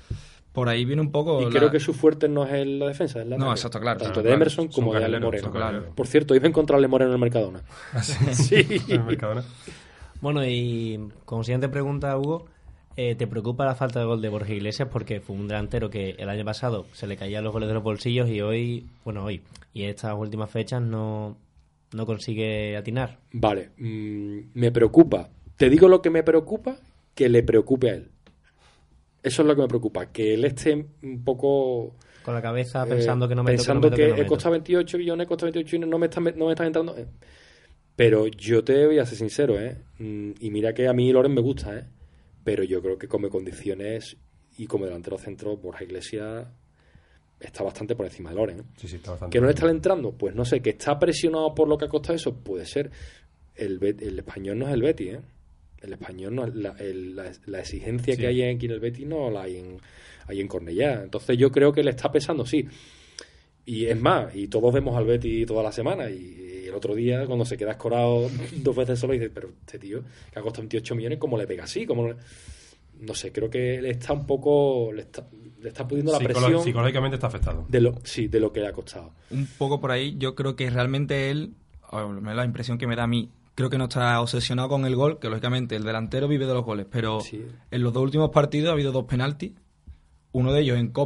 Por ahí viene un poco... Y creo que su fuerte no es la defensa, es la No, exacto, claro. Tanto de Emerson como de Ale Moreno. Claro. Por cierto, iba a encontrarle Moreno en el Mercadona. Sí. En el Mercadona. Bueno, y como siguiente pregunta, Hugo, ¿te preocupa la falta de gol de Borja Iglesias? Porque fue un delantero que el año pasado se le caían los goles de los bolsillos y hoy y estas últimas fechas no consigue atinar. Vale, me preocupa. Te digo lo que me preocupa, que le preocupe a él. Eso es lo que me preocupa, que él esté un poco... Con la cabeza pensando que no me Pensando que costado 28 millones, costado 28 millones, no me están entrando... Pero yo te voy a ser sincero, y mira que a mí Loren me gusta, pero yo creo que como condiciones y como delantero centro, Borja Iglesias está bastante por encima de Loren. Sí, está bastante. ¿Que no le está entrando? Pues no sé, que está presionado por lo que ha costado eso, puede ser. El español no es el Betis, El español no, la exigencia que hay aquí en el Betis no la hay en Cornellá. Entonces yo creo que le está pesando, sí. Y es más, y todos vemos al Betis toda la semana y el otro día cuando se queda escorado 2 veces solo dice, pero este tío que ha costado 28 millones, ¿cómo le pega así? No sé, creo que le está un poco... Le está pudiendo la presión... Psicológicamente está afectado. De lo que le ha costado. Un poco por ahí, yo creo que realmente él, la impresión que me da a mí, creo que no está obsesionado con el gol, que lógicamente el delantero vive de los goles, pero en los 2 últimos partidos ha habido 2 penaltis, uno de ellos en Copa,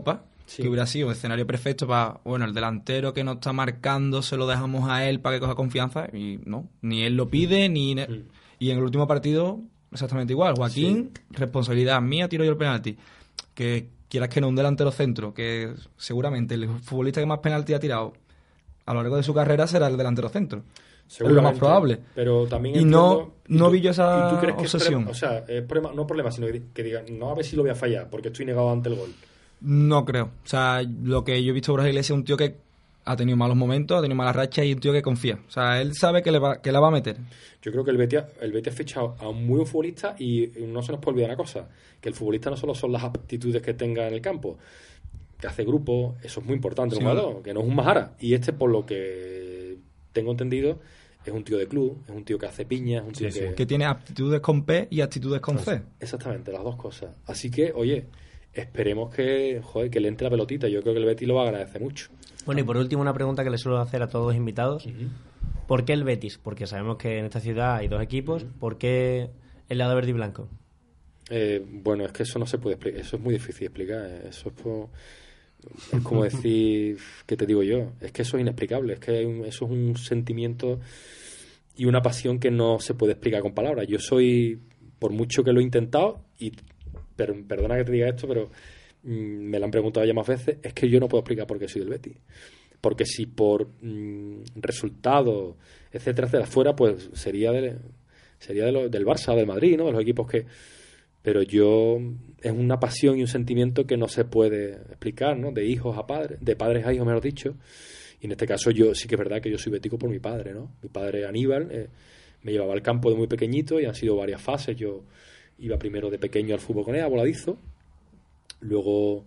que hubiera sido un escenario perfecto para, bueno, el delantero que no está marcando se lo dejamos a él para que coja confianza, y no, ni él lo pide, y en el último partido exactamente igual. Joaquín, responsabilidad mía, tiro yo el penalti. Que quieras que no, un delantero centro, que seguramente el futbolista que más penalti ha tirado a lo largo de su carrera será el delantero centro. Es lo más probable. Pero también y no vi yo esa obsesión. O sea, es problema, no problema, sino que digan, no, a ver si lo voy a fallar, porque estoy negado ante el gol. No creo. O sea, lo que yo he visto por Borja Iglesias es un tío que ha tenido malos momentos, ha tenido malas rachas, y un tío que confía. O sea, él sabe que la va a meter. Yo creo que el Betis ha fichado a un muy buen futbolista, y no se nos puede olvidar una cosa, que el futbolista no solo son las aptitudes que tenga en el campo, que hace grupo, eso es muy importante, sí, que no es un majara. Y por lo que tengo entendido, es un tío de club, es un tío que hace piña, es un tío que tiene aptitudes con P y aptitudes con C. Exactamente, las dos cosas. Así que, oye, esperemos que le entre la pelotita. Yo creo que el Betis lo va a agradecer mucho. Bueno, y por último, una pregunta que le suelo hacer a todos los invitados. ¿Por qué el Betis? Porque sabemos que en esta ciudad hay dos equipos. ¿Por qué el lado verde y blanco? Bueno, es que eso no se puede explicar. Eso es muy difícil de explicar. Eso es como decir, ¿qué te digo yo? Es que eso es inexplicable. Es que eso es un sentimiento y una pasión que no se puede explicar con palabras. Yo soy, por mucho que lo he intentado, y perdona que te diga esto, pero me lo han preguntado ya más veces, es que yo no puedo explicar por qué soy del Betis. Porque si por resultados, etcétera, fuera, pues sería del Barça o del Madrid, ¿no? De los equipos que... Pero es una pasión y un sentimiento que no se puede explicar, ¿no? De hijos a padres, de padres a hijos, mejor dicho. Y en este caso yo sí que es verdad que yo soy bético por mi padre, ¿no? Mi padre Aníbal me llevaba al campo de muy pequeñito, y han sido varias fases. Yo iba primero de pequeño al fútbol con él, a voladizo. Luego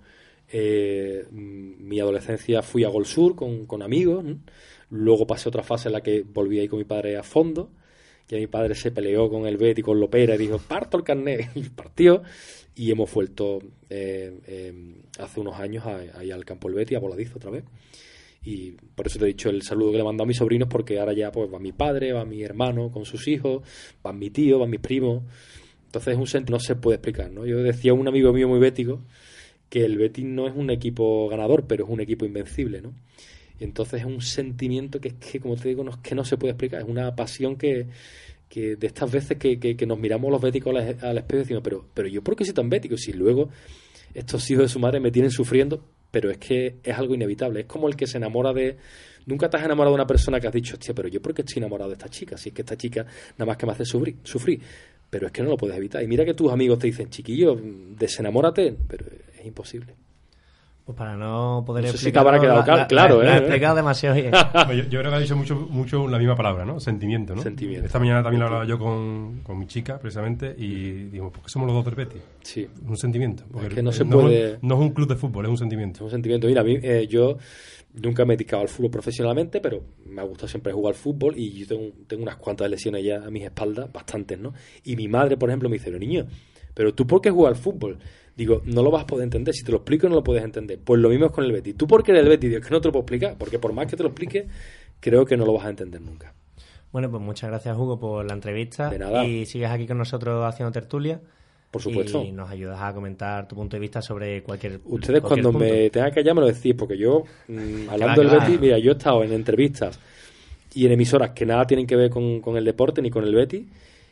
mi adolescencia fui a Gol Sur con amigos, ¿no? Luego pasé otra fase en la que volví a ir con mi padre a fondo. Ya mi padre se peleó con el Betis, con Lopera, y dijo, parto el carnet, y partió, y hemos vuelto hace unos años ahí al campo del Betis, a voladizo otra vez. Y por eso te he dicho el saludo que le mando a mis sobrinos, porque ahora ya pues va mi padre, va mi hermano con sus hijos, va mi tío, van mis primos. Entonces es un sentimiento, no se puede explicar, ¿no? Yo decía a un amigo mío muy bético que el Betis no es un equipo ganador, pero es un equipo invencible, ¿no? Y entonces es un sentimiento que, como te digo, que no se puede explicar. Es una pasión que de estas veces que nos miramos los béticos al espejo y decimos, pero yo ¿por qué soy tan bético? Si luego estos hijos de su madre me tienen sufriendo, pero es que es algo inevitable. Es como el que se enamora de... Nunca te has enamorado de una persona que has dicho, hostia, pero yo ¿por qué estoy enamorado de esta chica? Si es que esta chica nada más que me hace sufrir. Pero es que no lo puedes evitar. Y mira que tus amigos te dicen, chiquillo, desenamórate, pero es imposible. Pues para no poder explicar... Si te habrá quedado claro, Lo he explicado demasiado bien. Yo creo que ha dicho mucho la misma palabra, ¿no? Sentimiento, ¿no? Sentimiento. Esta mañana también lo hablaba yo con mi chica, precisamente, y digo, ¿por qué somos los dos del Betis? Sí. Un sentimiento. Porque es que no se puede... No es un club de fútbol, es un sentimiento. Es un sentimiento. Mira, a mí, yo nunca me he dedicado al fútbol profesionalmente, pero me ha gustado siempre jugar al fútbol, y yo tengo unas cuantas lesiones ya a mis espaldas, bastantes, ¿no? Y mi madre, por ejemplo, me dice, niño, ¿pero tú por qué juegas al fútbol? Digo, no lo vas a poder entender. Si te lo explico, no lo puedes entender. Pues lo mismo es con el Betis. ¿Tú por qué eres el Betis? Digo, es que no te lo puedo explicar, porque por más que te lo explique, creo que no lo vas a entender nunca. Bueno, pues muchas gracias, Hugo, por la entrevista. De nada. Y sigues aquí con nosotros haciendo tertulia. Por supuesto. Y nos ayudas a comentar tu punto de vista sobre cualquier Ustedes cualquier cuando punto. me tengan que hallar me lo decís, porque yo, hablando del Betis, mira, yo he estado en entrevistas y en emisoras que nada tienen que ver con el deporte ni con el Betis,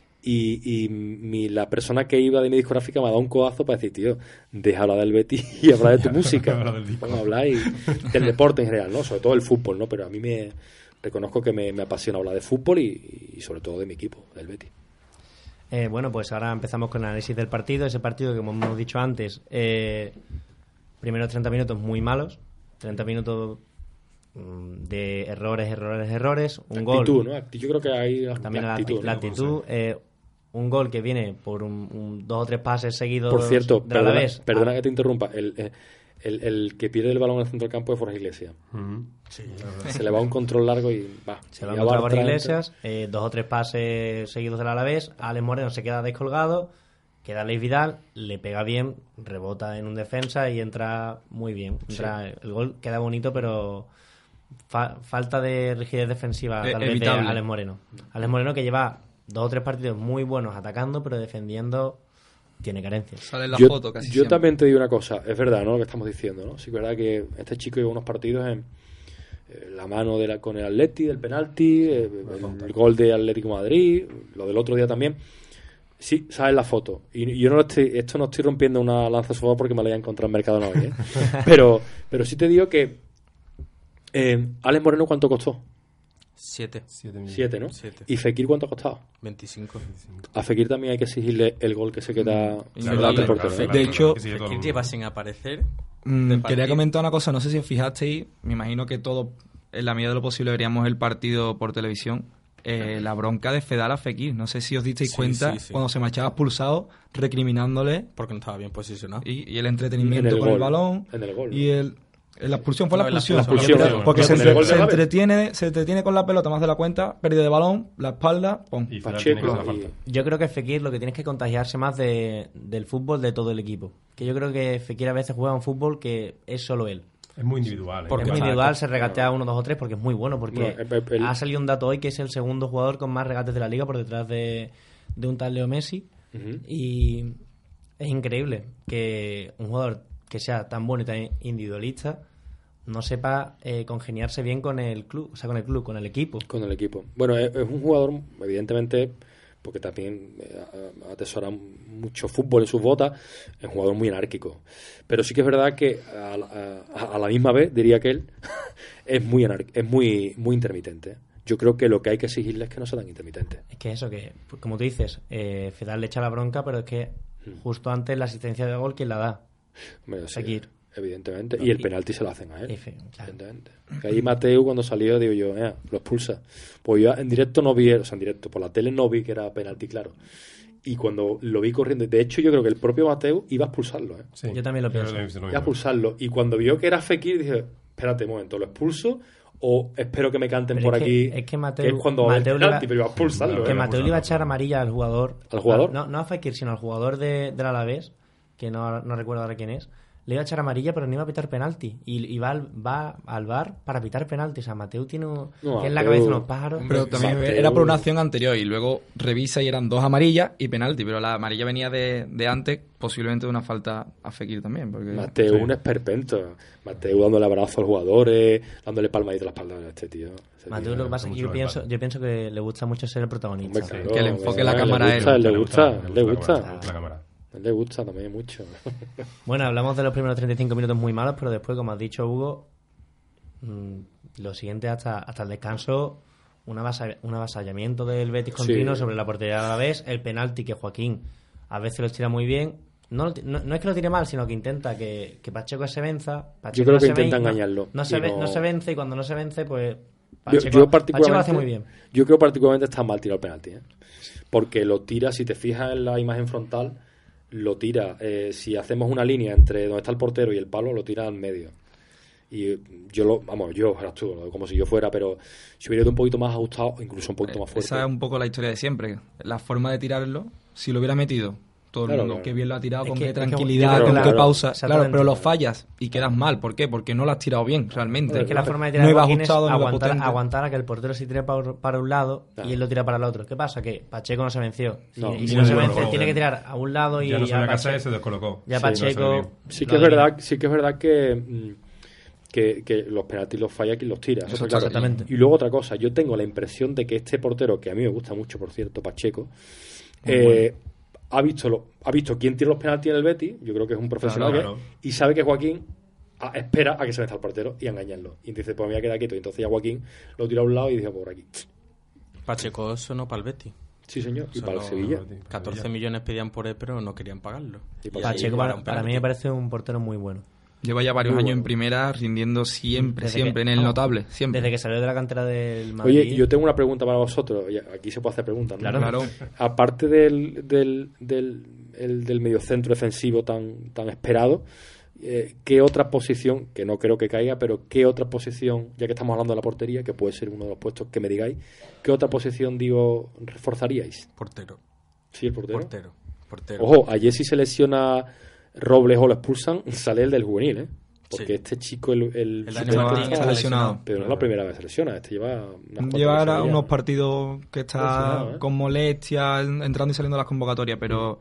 y la persona que iba de mi discográfica me ha dado un codazo para decir, tío, deja hablar del Betis y hablar de tu música. Vamos a hablar del deporte en general, ¿no? Sobre todo el fútbol, ¿no? Pero a mí reconozco que me apasiona hablar de fútbol y sobre todo de mi equipo, del Betis. Bueno, pues ahora empezamos con el análisis del partido. Ese partido que, como hemos dicho antes, primeros 30 minutos muy malos, 30 minutos de errores, un gol. Actitud, ¿no? Yo creo que hay también la actitud. Un gol que viene por dos o tres pases seguidos. Por cierto, de Alavés. perdona que te interrumpa. El que pierde el balón en el centro del campo es Borja Iglesias. Sí, se le va un control largo y va. Se va a Borja Iglesias, dos o tres pases seguidos del Alavés. Alex Moreno se queda descolgado, queda Alex Vidal, le pega bien, rebota en un defensa y entra muy bien. El gol queda bonito, pero falta de rigidez defensiva tal vez de Alex Moreno. Alex Moreno, que lleva 2 o 3 partidos muy buenos atacando, pero defendiendo tiene carencias. Sale en la foto casi Yo siempre. también te digo una cosa, es verdad, ¿no? Lo que estamos diciendo, ¿no? Sí, es verdad que este chico lleva unos partidos en la mano con el Atleti, del penalti, el gol de Atlético de Madrid, lo del otro día también. Sí, sale la foto. Y yo no estoy rompiendo una lanza a su favor porque me la voy a encontrar en Mercadona hoy, ¿eh? pero sí te digo que Alex Moreno, ¿cuánto costó? 7, ¿no? 7. ¿Y Fekir cuánto ha costado? 25. A Fekir también hay que exigirle el gol que se queda delante del portero. De hecho, Fekir lleva sin aparecer. Quería comentar una cosa, no sé si os fijasteis, me imagino que todo, en la medida de lo posible, veríamos el partido por televisión. La bronca de Fedal a Fekir, no sé si os disteis cuenta cuando se marchaba expulsado, recriminándole porque no estaba bien posicionado y el entretenimiento con el balón en el gol, y la expulsión fue la expulsión. Porque se entretiene con la pelota más de la cuenta, pérdida de balón, la espalda, pum. Y Pacheco, yo creo que Fekir lo que tiene es que contagiarse más del fútbol de todo el equipo, que yo creo que Fekir a veces juega un fútbol que es solo él. Es muy individual. Porque es muy individual, se regatea 1, 2 o 3 porque es muy bueno. Porque ha salido un dato hoy que es el segundo jugador con más regates de la liga por detrás de un tal Leo Messi. Y es increíble que un jugador que sea tan bueno y tan individualista no sepa congeniarse bien con el club, o sea, con el equipo. Con el equipo. Bueno, es un jugador, evidentemente, porque también atesora mucho fútbol en sus botas, es un jugador muy anárquico. Pero sí que es verdad que a la misma vez, diría que él, es muy intermitente. Yo creo que lo que hay que exigirle es que no sea tan intermitente. Es que eso, que como tú dices, Fedal le echa la bronca, pero es que justo antes la asistencia de gol, ¿quién la da? Bueno, sí, evidentemente. Y el penalti se lo hacen a él. Evidentemente. Que ahí Mateu, cuando salió, digo yo, lo expulsa. Pues yo en directo no vi, o sea, en directo, por la tele no vi que era penalti, claro. Y cuando lo vi corriendo, de hecho yo creo que el propio Mateu iba a expulsarlo, ¿eh? Sí, yo también lo pienso. Iba a expulsarlo. Y cuando vio que era Fekir, dije, espérate un momento, ¿lo expulso? O espero que me canten pero por aquí. Es que Mateu, que es cuando Mateu penalti, pero iba a expulsarlo. Que Mateu le iba a echar amarilla al jugador. ¿Al jugador? No a Fekir, sino al jugador del Alavés, que no recuerdo ahora quién es. Le iba a echar amarilla, pero no iba a pitar penalti. Y va al VAR para pitar penalti. O sea, Mateu tiene en la cabeza unos pájaros. Pero también era por una acción anterior y luego revisa y eran 2 amarillas y penalti. Pero la amarilla venía de antes, posiblemente de una falta a Fekir también. Porque Mateu un esperpento. Mateu dándole abrazo a los jugadores, dándole palmadita a la espalda a este tío. Mateu lo que pasa es que yo pienso que le gusta mucho ser el protagonista. Claro, que le enfoque la cámara a él. Le gusta. La cámara. A él le gusta también mucho. Bueno, hablamos de los primeros 35 minutos muy malos, pero después, como has dicho, Hugo, lo siguiente hasta el descanso, un avasallamiento del Betis continuo sobre la portería de Alavés, el penalti que Joaquín a veces lo tira muy bien. No es que lo tire mal, sino que intenta que Pacheco se venza. Yo creo que intenta engañarlo. No se vence, y cuando no se vence, pues Pacheco lo hace muy bien. Yo creo particularmente está mal tirado el penalti, ¿eh? Porque lo tira, si te fijas en la imagen frontal, lo tira, si hacemos una línea entre donde está el portero y el palo, lo tira al medio. Y yo eras tú, como si yo fuera, pero si hubiera ido un poquito más ajustado, incluso un poquito más fuerte. Esa es un poco la historia de siempre. La forma de tirarlo, si lo hubiera metido todo el mundo, que bien lo ha tirado, con qué tranquilidad, con qué pausa. Claro, pero lo fallas y quedas mal. ¿Por qué? Porque no lo has tirado bien, realmente. Es que la forma de tirar es aguantar a que el portero se tire para un lado y él lo tira para el otro. ¿Qué pasa? Que Pacheco no se venció. Y si no se vence, tiene que tirar a un lado y ya no sabía qué hacer, se descolocó. Ya Pacheco... Sí que es verdad que los penaltis los falla quien los tira. Eso, claro. Exactamente. Y luego otra cosa, yo tengo la impresión de que este portero, que a mí me gusta mucho, por cierto, Pacheco, ha visto quién tira los penaltis en el Betis, yo creo que es un profesional, claro. Y sabe que Joaquín espera a que se meta el portero y a engañarlo. Y dice, pues me voy a quedar quieto. Y entonces ya Joaquín lo tira a un lado y dice, por aquí. Pacheco sonó para el Betis. Sí, señor. Y para el Sevilla. 14 millones pedían por él, pero no querían pagarlo. Pacheco para mí me parece un portero muy bueno. Lleva ya varios años en primera, rindiendo siempre en el notable. Siempre. Desde que salió de la cantera del Madrid. Oye, yo tengo una pregunta para vosotros. Aquí se puede hacer preguntas, ¿no? Claro. Aparte del mediocentro defensivo tan esperado, ¿qué otra posición, que no creo que caiga, pero qué otra posición, ya que estamos hablando de la portería, que puede ser uno de los puestos que me digáis, qué otra posición, reforzaríais? Portero. ¿Sí, el portero? Portero. Ojo, ayer si se lesiona Robles o lo expulsan, sale el del juvenil, ¿eh? Porque este chico, el está lesionado. Pero no es la primera vez que se lesiona. Este lleva unos partidos que está con molestias, entrando y saliendo de las convocatorias, pero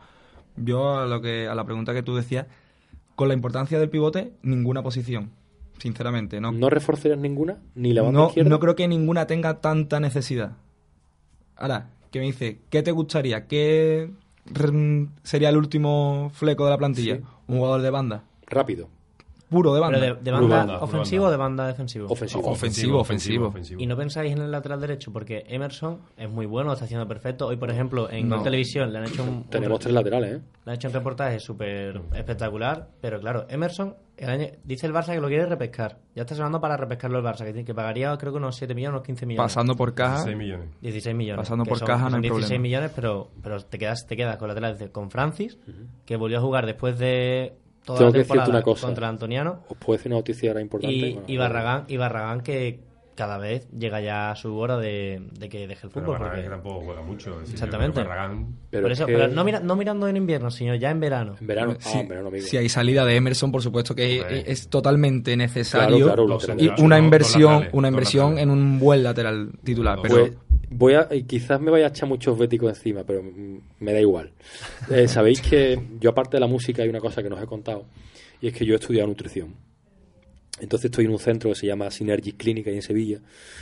Yo a la pregunta que tú decías, con la importancia del pivote, ninguna posición, sinceramente. ¿No reforzarías ninguna? ¿Ni la banda izquierda? No creo que ninguna tenga tanta necesidad. Ahora, ¿qué me dice? ¿Qué te gustaría? ¿Qué sería el último fleco de la plantilla? Sí. Un jugador de banda. Rápido. Puro de banda. ¿Pero de banda ofensivo o de banda defensivo? Ofensivo. ¿Y no pensáis en el lateral derecho? Porque Emerson es muy bueno, lo está haciendo perfecto. Hoy, por ejemplo, en televisión le han hecho Tenemos 3 laterales, ¿eh? Le han hecho un reportaje súper espectacular. Pero claro, Emerson, dice el Barça que lo quiere repescar. Ya está sonando para repescarlo el Barça, que pagaría creo que unos 7 millones, unos 15 millones. Pasando por caja. 16 millones. Pasando por caja no hay 16 problema. millones, pero te quedas con lateral con Francis, que volvió a jugar después de toda la temporada contra el Antoniano. Os puedo decir una noticia ahora importante. Y Barragán que cada vez llega ya su hora de que deje el fútbol. Pero porque tampoco juega mucho. Exactamente. Pero por eso, pero no mirando en invierno, sino ya en verano. En verano, en verano, amigo. Si hay salida de Emerson, por supuesto que es totalmente necesario. Claro, y una inversión en un buen lateral titular. Pues quizás me vaya a echar muchos béticos encima, pero me da igual. Sabéis que yo, aparte de la música, hay una cosa que no os he contado, y es que yo he estudiado nutrición. Entonces estoy en un centro que se llama Synergy Clinic ahí en Sevilla,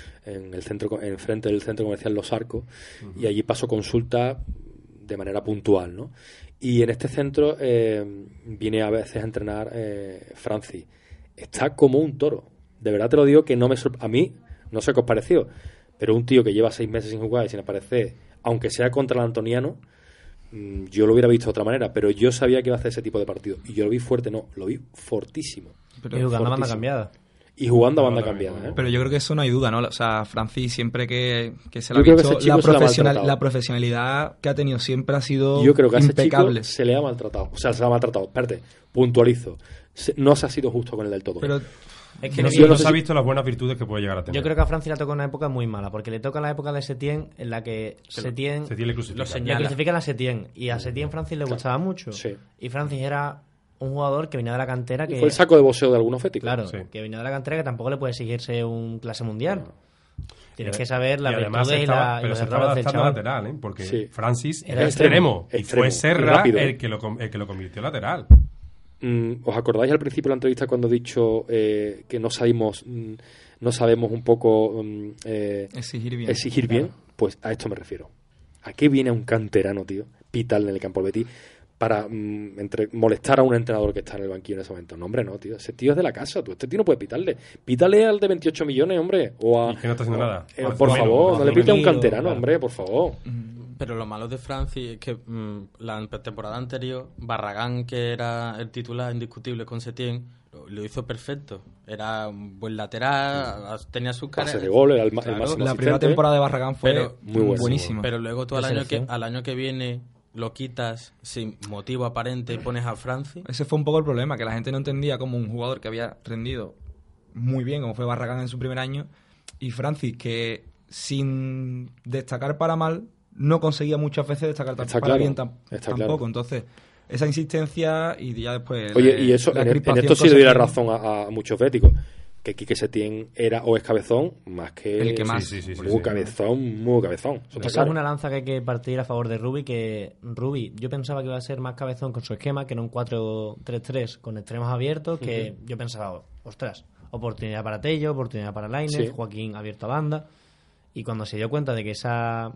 enfrente del centro comercial Los Arcos, y allí paso consulta de manera puntual, ¿no? Y en este centro viene a veces a entrenar Francis. Está como un toro. De verdad te lo digo que no me a mí, no sé qué os pareció, pero un tío que lleva 6 meses sin jugar y sin aparecer, aunque sea contra el Antoniano, yo lo hubiera visto de otra manera, pero yo sabía que iba a hacer ese tipo de partido. Y yo lo vi fuerte, lo vi fortísimo. Y jugando a banda cambiada. Y jugando a banda cambiada, ¿eh? Pero yo creo que eso no hay duda, ¿no? O sea, Francis siempre que se le ha visto la profesionalidad que ha tenido siempre ha sido yo creo que impecable. A ese chico se le ha maltratado. O sea, se le ha maltratado. Espérate, puntualizo. No se ha sido justo con él del todo. Pero es que no se ha visto las buenas virtudes que puede llegar a tener. Yo creo que a Francis le toca una época muy mala, porque le toca la época de Setién, en la que Setién le crucifican a Setién, y a Setién Francis le gustaba mucho. Sí. Y Francis era un jugador que venía de la cantera que... Fue el saco de boxeo de algunos féticos. Claro, que venía de la cantera que tampoco le puede exigirse un clase mundial. Tienes que saber la virtud y los errores del chaval. Lateral, ¿eh? Porque Francis era extremo. Y fue Serra el que lo convirtió lateral. ¿Os acordáis al principio de la entrevista cuando he dicho que no sabemos un poco exigir bien? Claro. Pues a esto me refiero. ¿A qué viene un canterano, tío? Pital en el campo del Betis para molestar a un entrenador que está en el banquillo en ese momento? No, hombre, no, tío. Ese tío es de la casa, tú. Este tío no puede pitarle. Pítale al de 28 millones, hombre. Y que no está haciendo nada. Por favor, no le pite a un canterano, hombre, por favor. Pero lo malo de Francis es que la temporada anterior, Barragán, que era el titular indiscutible con Setién, lo hizo perfecto. Era un buen lateral, tenía sus caras. Pase de gol, era el máximo La primera temporada de Barragán fue muy buenísima. Pero luego tú al año que viene lo quitas sin motivo aparente y pones a Francis. Ese fue un poco el problema, que la gente no entendía como un jugador que había rendido muy bien, como fue Barragán en su primer año, y Francis, que sin destacar para mal, no conseguía muchas veces destacar para bien tampoco. Claro. Entonces, esa insistencia y ya después... Oye, y eso en esto sí le doy la razón a muchos béticos, que Quique Setién era o es cabezón, más que... El que más. Muy cabezón. Esa es una lanza que hay que partir a favor de Rubi, que Rubi, yo pensaba que iba a ser más cabezón con su esquema, que era un 4-3-3 con extremos abiertos, que yo pensaba, ostras, oportunidad para Tello, oportunidad para Lainez, Joaquín abierto a banda, y cuando se dio cuenta de que esa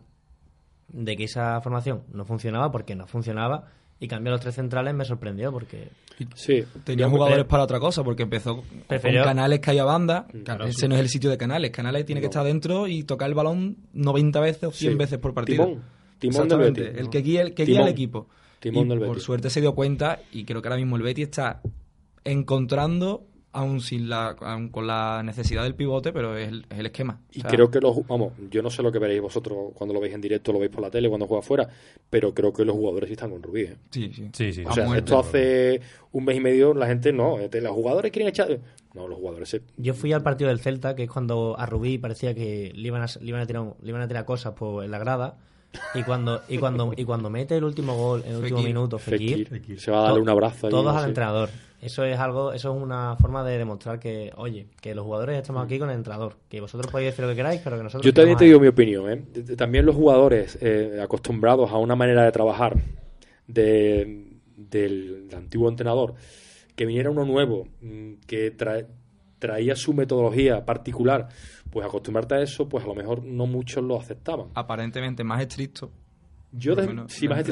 formación no funcionaba, porque no funcionaba, y cambió a los 3 centrales, me sorprendió porque tenía jugadores para otra cosa, porque empezó con Canales que hay a banda. Claro, ese no es el sitio de Canales tiene que estar dentro y tocar el balón 90 veces o 100 veces por partido. Timón del Betis, el que guía el equipo. Timón del Betis. Por suerte se dio cuenta, y creo que ahora mismo el Betis está encontrando, aún con la necesidad del pivote, pero es el esquema. Y creo que yo no sé lo que veréis vosotros cuando lo veis en directo, lo veis por la tele, cuando juega afuera, pero creo que los jugadores sí están con Rubí, ¿eh? Sí. O sea, esto hace un mes y medio la gente los jugadores quieren echar... No, los jugadores... Yo fui al partido del Celta, que es cuando a Rubí parecía que le iban a tirar cosas en la grada, y cuando mete el último gol en el último minuto, Fekir, se va a darle un abrazo. Todos al entrenador. Eso es una forma de demostrar que, oye, que los jugadores estamos aquí con el entrenador, que vosotros podéis decir lo que queráis, pero que nosotros... Yo también te digo mi opinión, ¿eh? También los jugadores acostumbrados a una manera de trabajar del antiguo entrenador, que viniera uno nuevo, que traía su metodología particular, pues acostumbrarte a eso, pues a lo mejor no muchos lo aceptaban. Aparentemente más estricto. Yo también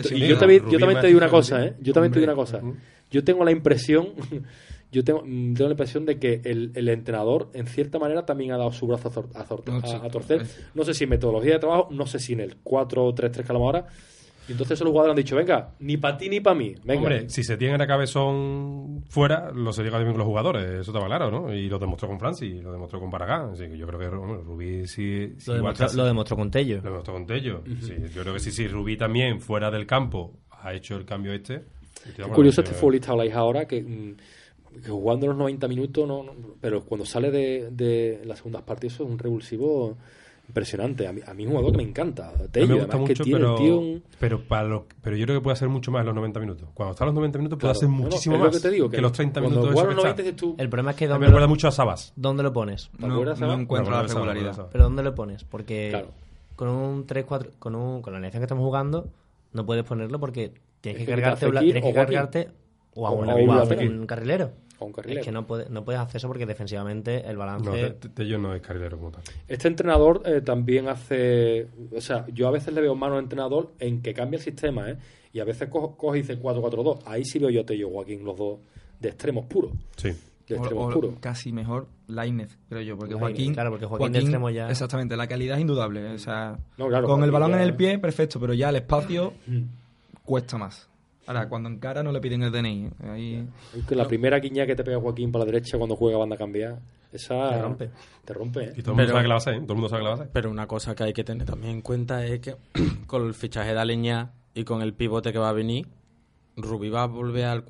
te digo una cosa, ¿eh? Yo también te digo una cosa. Yo tengo la impresión... tengo la impresión de que el entrenador, en cierta manera, también ha dado su brazo a torcer. No sé si en metodología de trabajo, no sé si en el 4-3-3 que hablamos ahora. Y entonces los jugadores han dicho, venga, ni para ti ni para mí. Venga. Hombre, si se tiene a Cabezón fuera, lo se diga también con los jugadores. Eso estaba claro, ¿no? Y lo demostró con Francis, lo demostró con Barragán. Así que yo creo que Rubí sí lo demostró con Tello. Lo demostró con Tello. Sí, yo creo que sí, Rubí también, fuera del campo, ha hecho el cambio este. Es curioso este futbolista habláis ahora que jugando los 90 minutos, pero cuando sale de las segundas partes, eso es un revulsivo impresionante. A mí es un jugador que me encanta. Tello, me gusta mucho, que pero yo creo que puede hacer mucho más en los 90 minutos. Cuando está a los 90 minutos puede hacer muchísimo más que, te digo, que los 30 minutos. El problema es que me recuerda mucho a Sabas. ¿Dónde lo pones? No encuentro la regularidad. ¿Pero dónde lo pones? Porque con un 3-4, con la alineación que estamos jugando, no puedes ponerlo porque tienes que cargarte o a un carrilero. Es que no puedes hacer eso porque defensivamente el balance... Tello no es carrilero como tal. Este entrenador también hace... O sea, yo a veces le veo mano al entrenador en que cambia el sistema, y a veces coge y dice 4-4-2. Ahí sí veo yo a Tello y Joaquín, los dos de extremos puros. Sí. De extremos puros. Casi mejor Lainez, creo yo, porque Joaquín de extremo ya... Exactamente, la calidad es indudable. O sea, claro, con el balón en el pie, perfecto, pero ya el espacio cuesta más. Ahora, cuando encara no le piden el DNI. Ahí... La primera guiña que te pega Joaquín para la derecha cuando juega banda cambiada, esa te rompe. Y todo el mundo sabe que la va a hacer, Todo el mundo sabe que la va a hacer. Pero una cosa que hay que tener también en cuenta es que con el fichaje de Aleñá y con el pivote que va a venir, ¿Rubí va a volver al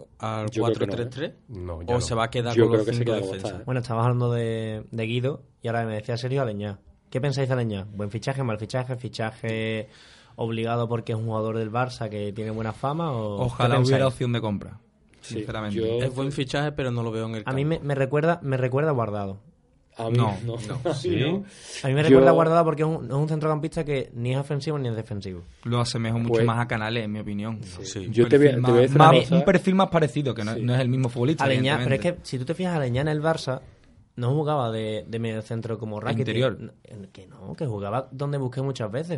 4-3-3? ¿O se va a quedar con los 5 defensas? Bueno, estabas hablando de Guido y ahora me decía Sergio Aleñá. ¿Qué pensáis de Aleñá? ¿Buen fichaje, mal fichaje, fichaje obligado porque es un jugador del Barça que tiene buena fama? Ojalá hubiera opción de compra, sinceramente. Es buen fichaje, pero no lo veo en el campo. A mí me recuerda a Guardado. A mí no. ¿Sí? A mí me recuerda a Guardado porque es un centrocampista que ni es ofensivo ni es defensivo. Lo asemejo mucho más a Canales, en mi opinión. Sí. Yo te voy a decir un perfil más parecido, que no es el mismo futbolista. Aleñá, pero es que si tú te fijas, Aleñá en el Barça no jugaba de medio centro como Rakitic. Interior. Que jugaba donde busqué muchas veces.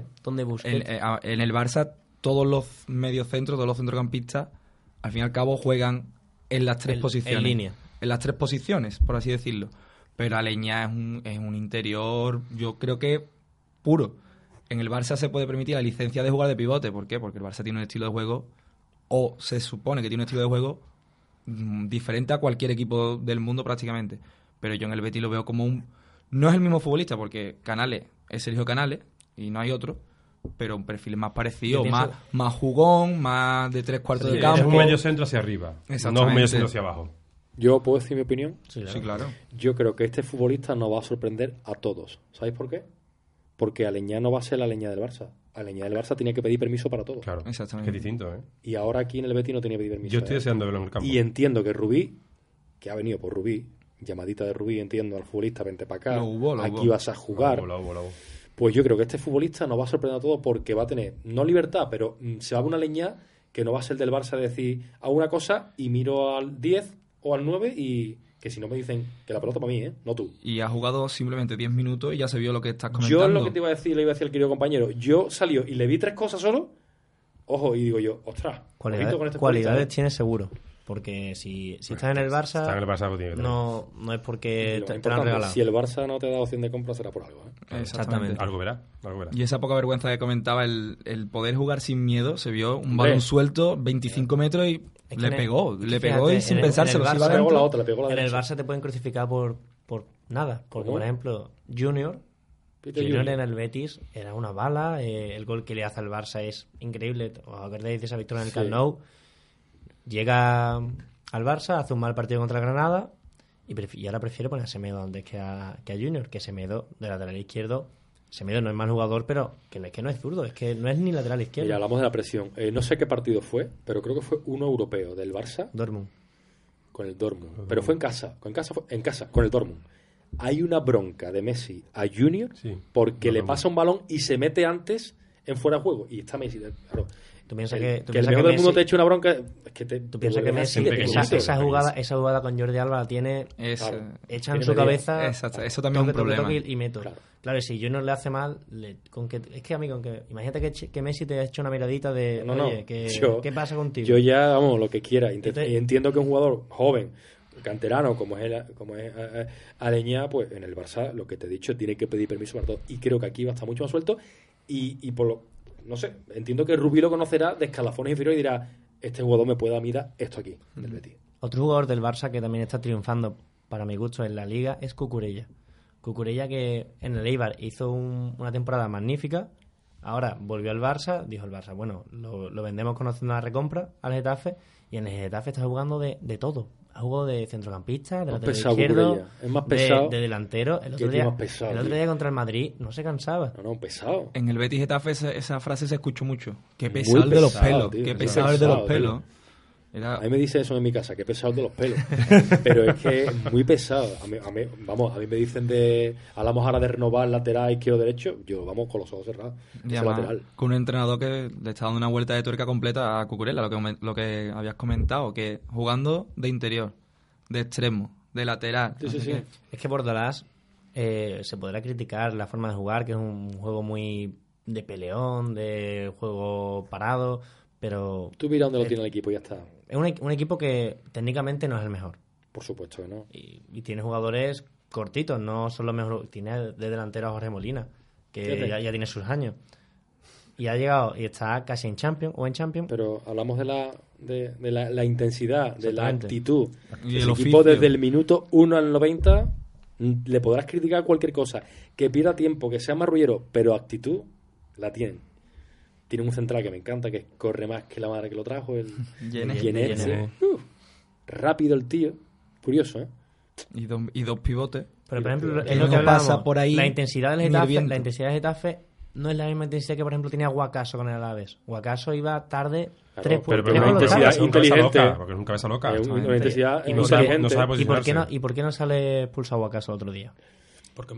En el Barça, todos los mediocentros, todos los centrocampistas, al fin y al cabo juegan en las tres posiciones. En línea. En las tres posiciones, por así decirlo. Pero Aleñá es un interior, yo creo que puro. En el Barça se puede permitir la licencia de jugar de pivote. ¿Por qué? Porque el Barça tiene un estilo de juego, o se supone que tiene un estilo de juego diferente a cualquier equipo del mundo prácticamente. Pero yo en el Betis lo veo como no es el mismo futbolista, porque Canales es Sergio Canales y no hay otro, pero un perfil más parecido, más jugón, más de 3/4 de campo. Es un medio centro hacia arriba, no es un medio centro hacia abajo. ¿Yo puedo decir mi opinión? Sí, claro. Yo creo que este futbolista nos va a sorprender a todos. ¿Sabéis por qué? Porque Aleñá no va a ser la Aleñá del Barça. Aleñá del Barça tiene que pedir permiso para todo. Claro, exactamente. Es distinto, Y ahora aquí en el Betis no tiene que pedir permiso. Yo estoy deseando verlo en el campo. Y entiendo que Rubí, que ha venido por Rubí, llamadita de Rubí, entiendo al futbolista, vente para acá, aquí vas a jugar. Pues yo creo que este futbolista nos va a sorprender a todos porque va a tener, no libertad, pero se va a una Aleñá que no va a ser del Barça de decir, hago una cosa y miro al 10 o al 9 y que si no me dicen que la pelota para mí, no tú. Y ha jugado simplemente 10 minutos y ya se vio lo que estás comentando. Yo lo que te iba a decir, le iba a decir al querido compañero, yo salió y le vi 3 cosas solo, ojo, y digo yo, ostras, cualidades tiene seguro. Porque si estás en el Barça, no es porque te lo han regalado. Si el Barça no te da opción de compra, será por algo. Exactamente. Algo verá. Y esa poca vergüenza que comentaba, el poder jugar sin miedo, se vio un balón suelto, 25 metros y le pegó y sin pensárselo. En el Barça te pueden crucificar por nada. Porque, por ejemplo, Junior en el Betis era una bala. El gol que le hace al Barça es increíble. ¿Os acordáis de esa victoria en el Camp Nou? Llega al Barça, hace un mal partido contra el Granada y ahora prefiere poner a Semedo antes que a Junior, que Semedo de lateral izquierdo. Semedo no es mal jugador, pero que no es zurdo, es que no es ni lateral izquierdo. Mira, hablamos de la presión. No sé qué partido fue, pero creo que fue uno europeo del Barça. Dortmund. Con el Dortmund. Pero fue en casa, con el Dortmund. Hay una bronca de Messi a Junior porque le pasa un balón y se mete antes en fuera de juego. Y está Messi, claro. Tú piensas que el mejor del mundo te eche una bronca. Es que tú piensas que Messi, esa jugada con Jordi Alba la tiene hecha en su cabeza. Exacto, eso también es un problema. Y meto. Claro, y si yo no le hace mal, imagínate que Messi te ha hecho una miradita de, oye, ¿qué pasa contigo? Yo ya, vamos, lo que quiera. Entiendo que un jugador joven, canterano, como es Aleñá, pues en el Barça, lo que te he dicho, tiene que pedir permiso para todo. Y creo que aquí va a estar mucho más suelto. Y por lo, no sé, entiendo que Rubí lo conocerá de escalafones inferiores y dirá, este jugador me puede dar esto aquí, del Betis. Otro jugador del Barça que también está triunfando, para mi gusto, en la Liga, es Cucurella. Cucurella, que en el Eibar hizo una temporada magnífica, ahora volvió al Barça, dijo el Barça, bueno, lo vendemos con opción a recompra al Getafe, y en el Getafe está jugando de todo. Ha jugado de centrocampista, de lateral izquierdo, es más pesado, de delantero. El otro día contra el Madrid no se cansaba. No, pesado. En el Betis Getafe esa frase se escuchó mucho. Qué pesado el de los pelos. Tío, qué pesado el de los pelos. A mí me dice eso en mi casa, que pesado el de los pelos. Pero es que es muy pesado. A mí me dicen hablamos ahora de renovar lateral izquierdo derecho, yo vamos con los ojos cerrados. Y además, con un entrenador que le está dando una vuelta de tuerca completa a Cucurella, lo que habías comentado, que jugando de interior, de extremo, de lateral. Sí. Es que Bordalás se podrá criticar la forma de jugar, que es un juego muy de peleón, de juego parado, pero... Tú mira dónde lo tiene el equipo y ya está. Es un equipo que técnicamente no es el mejor. Por supuesto que no. Y tiene jugadores cortitos, no son los mejores. Tiene de delantero a Jorge Molina, que ya tiene sus años. Y ha llegado y está casi en Champions o en Champions. Pero hablamos de la intensidad, de la actitud. Y el equipo desde el minuto 1 al 90 le podrás criticar cualquier cosa. Que pierda tiempo, que sea marrullero, pero actitud la tienen. Tiene un central que me encanta, que corre más que la madre que lo trajo, el Yenet. Rápido el tío. Curioso, ¿eh? Y dos pivotes. Pero, por ejemplo, es lo que pasa por ahí. La intensidad del Getafe no es la misma intensidad que, por ejemplo, tenía Guacaso con el Alavés. Guacaso iba tarde... Pero una intensidad inteligente. Porque es un cabeza loca. Una intensidad inteligente. No sabe posicionarse. ¿Y por qué no sale expulsado Guacaso el otro día? Porque es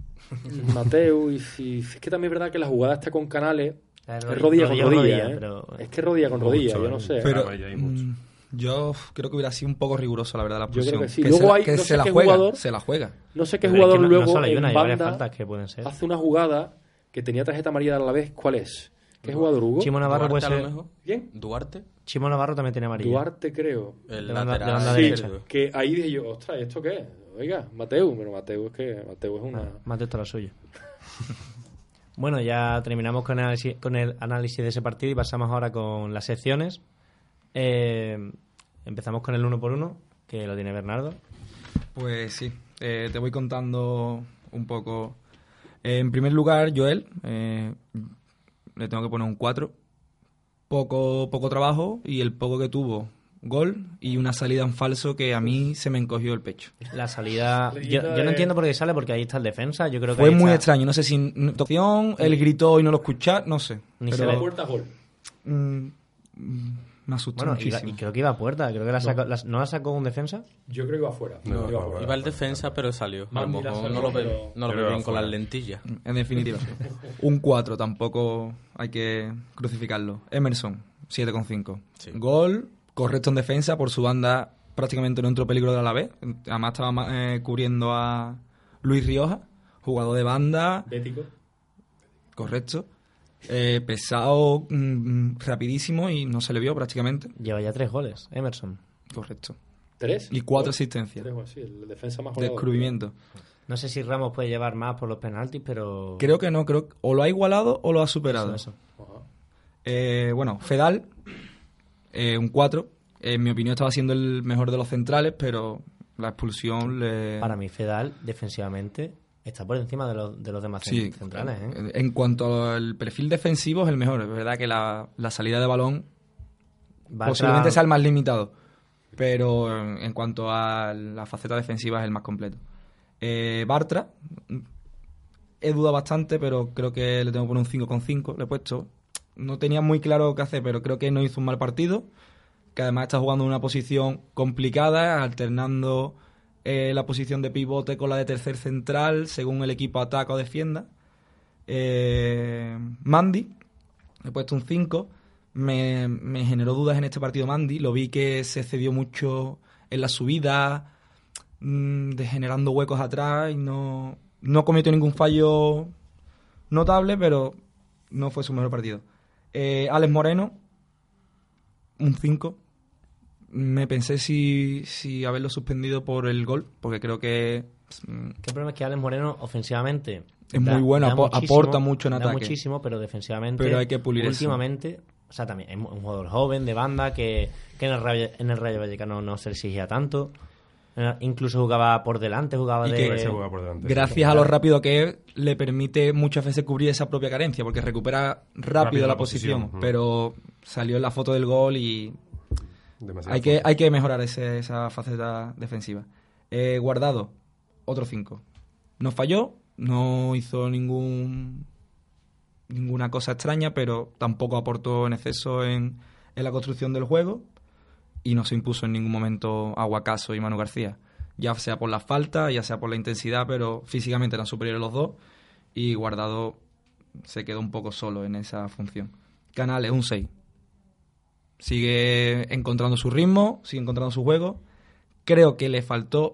Mateu. Y es que también es verdad que la jugada está con Canales... Es rodilla con rodilla, ¿eh? Pero... Es que rodilla con rodilla, yo no sé. Pero yo creo que hubiera sido un poco riguroso, la verdad, la expulsión. Yo creo que sí. Luego hay, se la juega. No sé qué jugador luego no en banda que pueden ser. hace una jugada que tenía tarjeta amarilla a la vez. ¿Cuál es? ¿Qué jugador, Hugo? Chimo Navarro puede ser. ¿Quién? Duarte. Chimo Navarro también tiene amarilla. Duarte, creo. El de lateral banda derecha. Que ahí dije yo, ostras, ¿esto qué es? Oiga, Mateu. Pero Mateu es una... Mateu está la suya. Bueno, ya terminamos con el análisis de ese partido y pasamos ahora con las secciones. Empezamos con el 1 por 1, que lo tiene Bernardo. Pues sí, te voy contando un poco. En primer lugar, Joel, le tengo que poner un 4. Poco trabajo y el poco que tuvo, gol y una salida en falso que a mí se me encogió el pecho. La salida... Yo no entiendo por qué sale, porque ahí está el defensa. Yo creo que fue muy extraño, no sé si él gritó y no lo escuchó, no sé. Ni pero se ve. Puerta gol. Me asustó muchísimo. Y creo que iba a puerta. Creo que ¿no la sacó un defensa? Yo creo que iba afuera. Iba el defensa, pero salió. A lo mejor no lo ve bien con las lentillas. En definitiva, un 4, tampoco hay que crucificarlo. Emerson, 7,5. Sí. Gol, correcto en defensa, por su banda prácticamente no entró peligro de Alavés. Además estaba cubriendo a Luis Rioja, jugador de banda. Bético. Correcto. Pesado, rapidísimo y no se le vio prácticamente. Lleva ya 3 goles, Emerson. Correcto. 3. Y 4 asistencias. 3, sí, el defensa más jugado. Descubrimiento. No sé si Ramos puede llevar más por los penaltis, pero... Creo que no, o lo ha igualado o lo ha superado. Eso. Bueno, Fedal, un 4. En mi opinión estaba siendo el mejor de los centrales, pero la expulsión le... Para mí Fedal, defensivamente, está por encima de los demás centrales. En cuanto al perfil defensivo es el mejor. Es verdad que la salida de balón posiblemente sea el más limitado, pero en cuanto a la faceta defensiva es el más completo. Bartra, he dudado bastante, pero creo que le tengo que poner un 5,5. Le he puesto. No tenía muy claro qué hacer, pero creo que no hizo un mal partido, que además está jugando en una posición complicada, alternando la posición de pivote con la de tercer central, según el equipo ataca o defienda. Mandy, le he puesto un 5, me generó dudas en este partido Mandy. Lo vi que se cedió mucho en la subida, generando huecos atrás y no cometió ningún fallo notable, pero no fue su mejor partido. Alex Moreno, un 5. Me pensé si haberlo suspendido por el gol, porque creo que... El problema es que Alex Moreno ofensivamente es muy bueno, aporta mucho en ataque. Muchísimo, pero defensivamente... Pero hay que pulir últimamente, eso. O sea, también es un jugador joven, de banda, que en el Rayo Vallecano no se le exigía tanto. Incluso jugaba por delante, gracias a lo rápido que es, le permite muchas veces cubrir esa propia carencia, porque recupera rápido la posición. Pero salió en la foto del gol y hay que mejorar esa faceta defensiva. Guardado, otro 5. No falló, no hizo ninguna cosa extraña, pero tampoco aportó en exceso en la construcción del juego. Y no se impuso en ningún momento a Guacaso y Manu García, ya sea por la falta, ya sea por la intensidad, pero físicamente eran superiores los dos y Guardado se quedó un poco solo en esa función. Canales, un 6. Sigue encontrando su ritmo, sigue encontrando su juego. Creo que le falta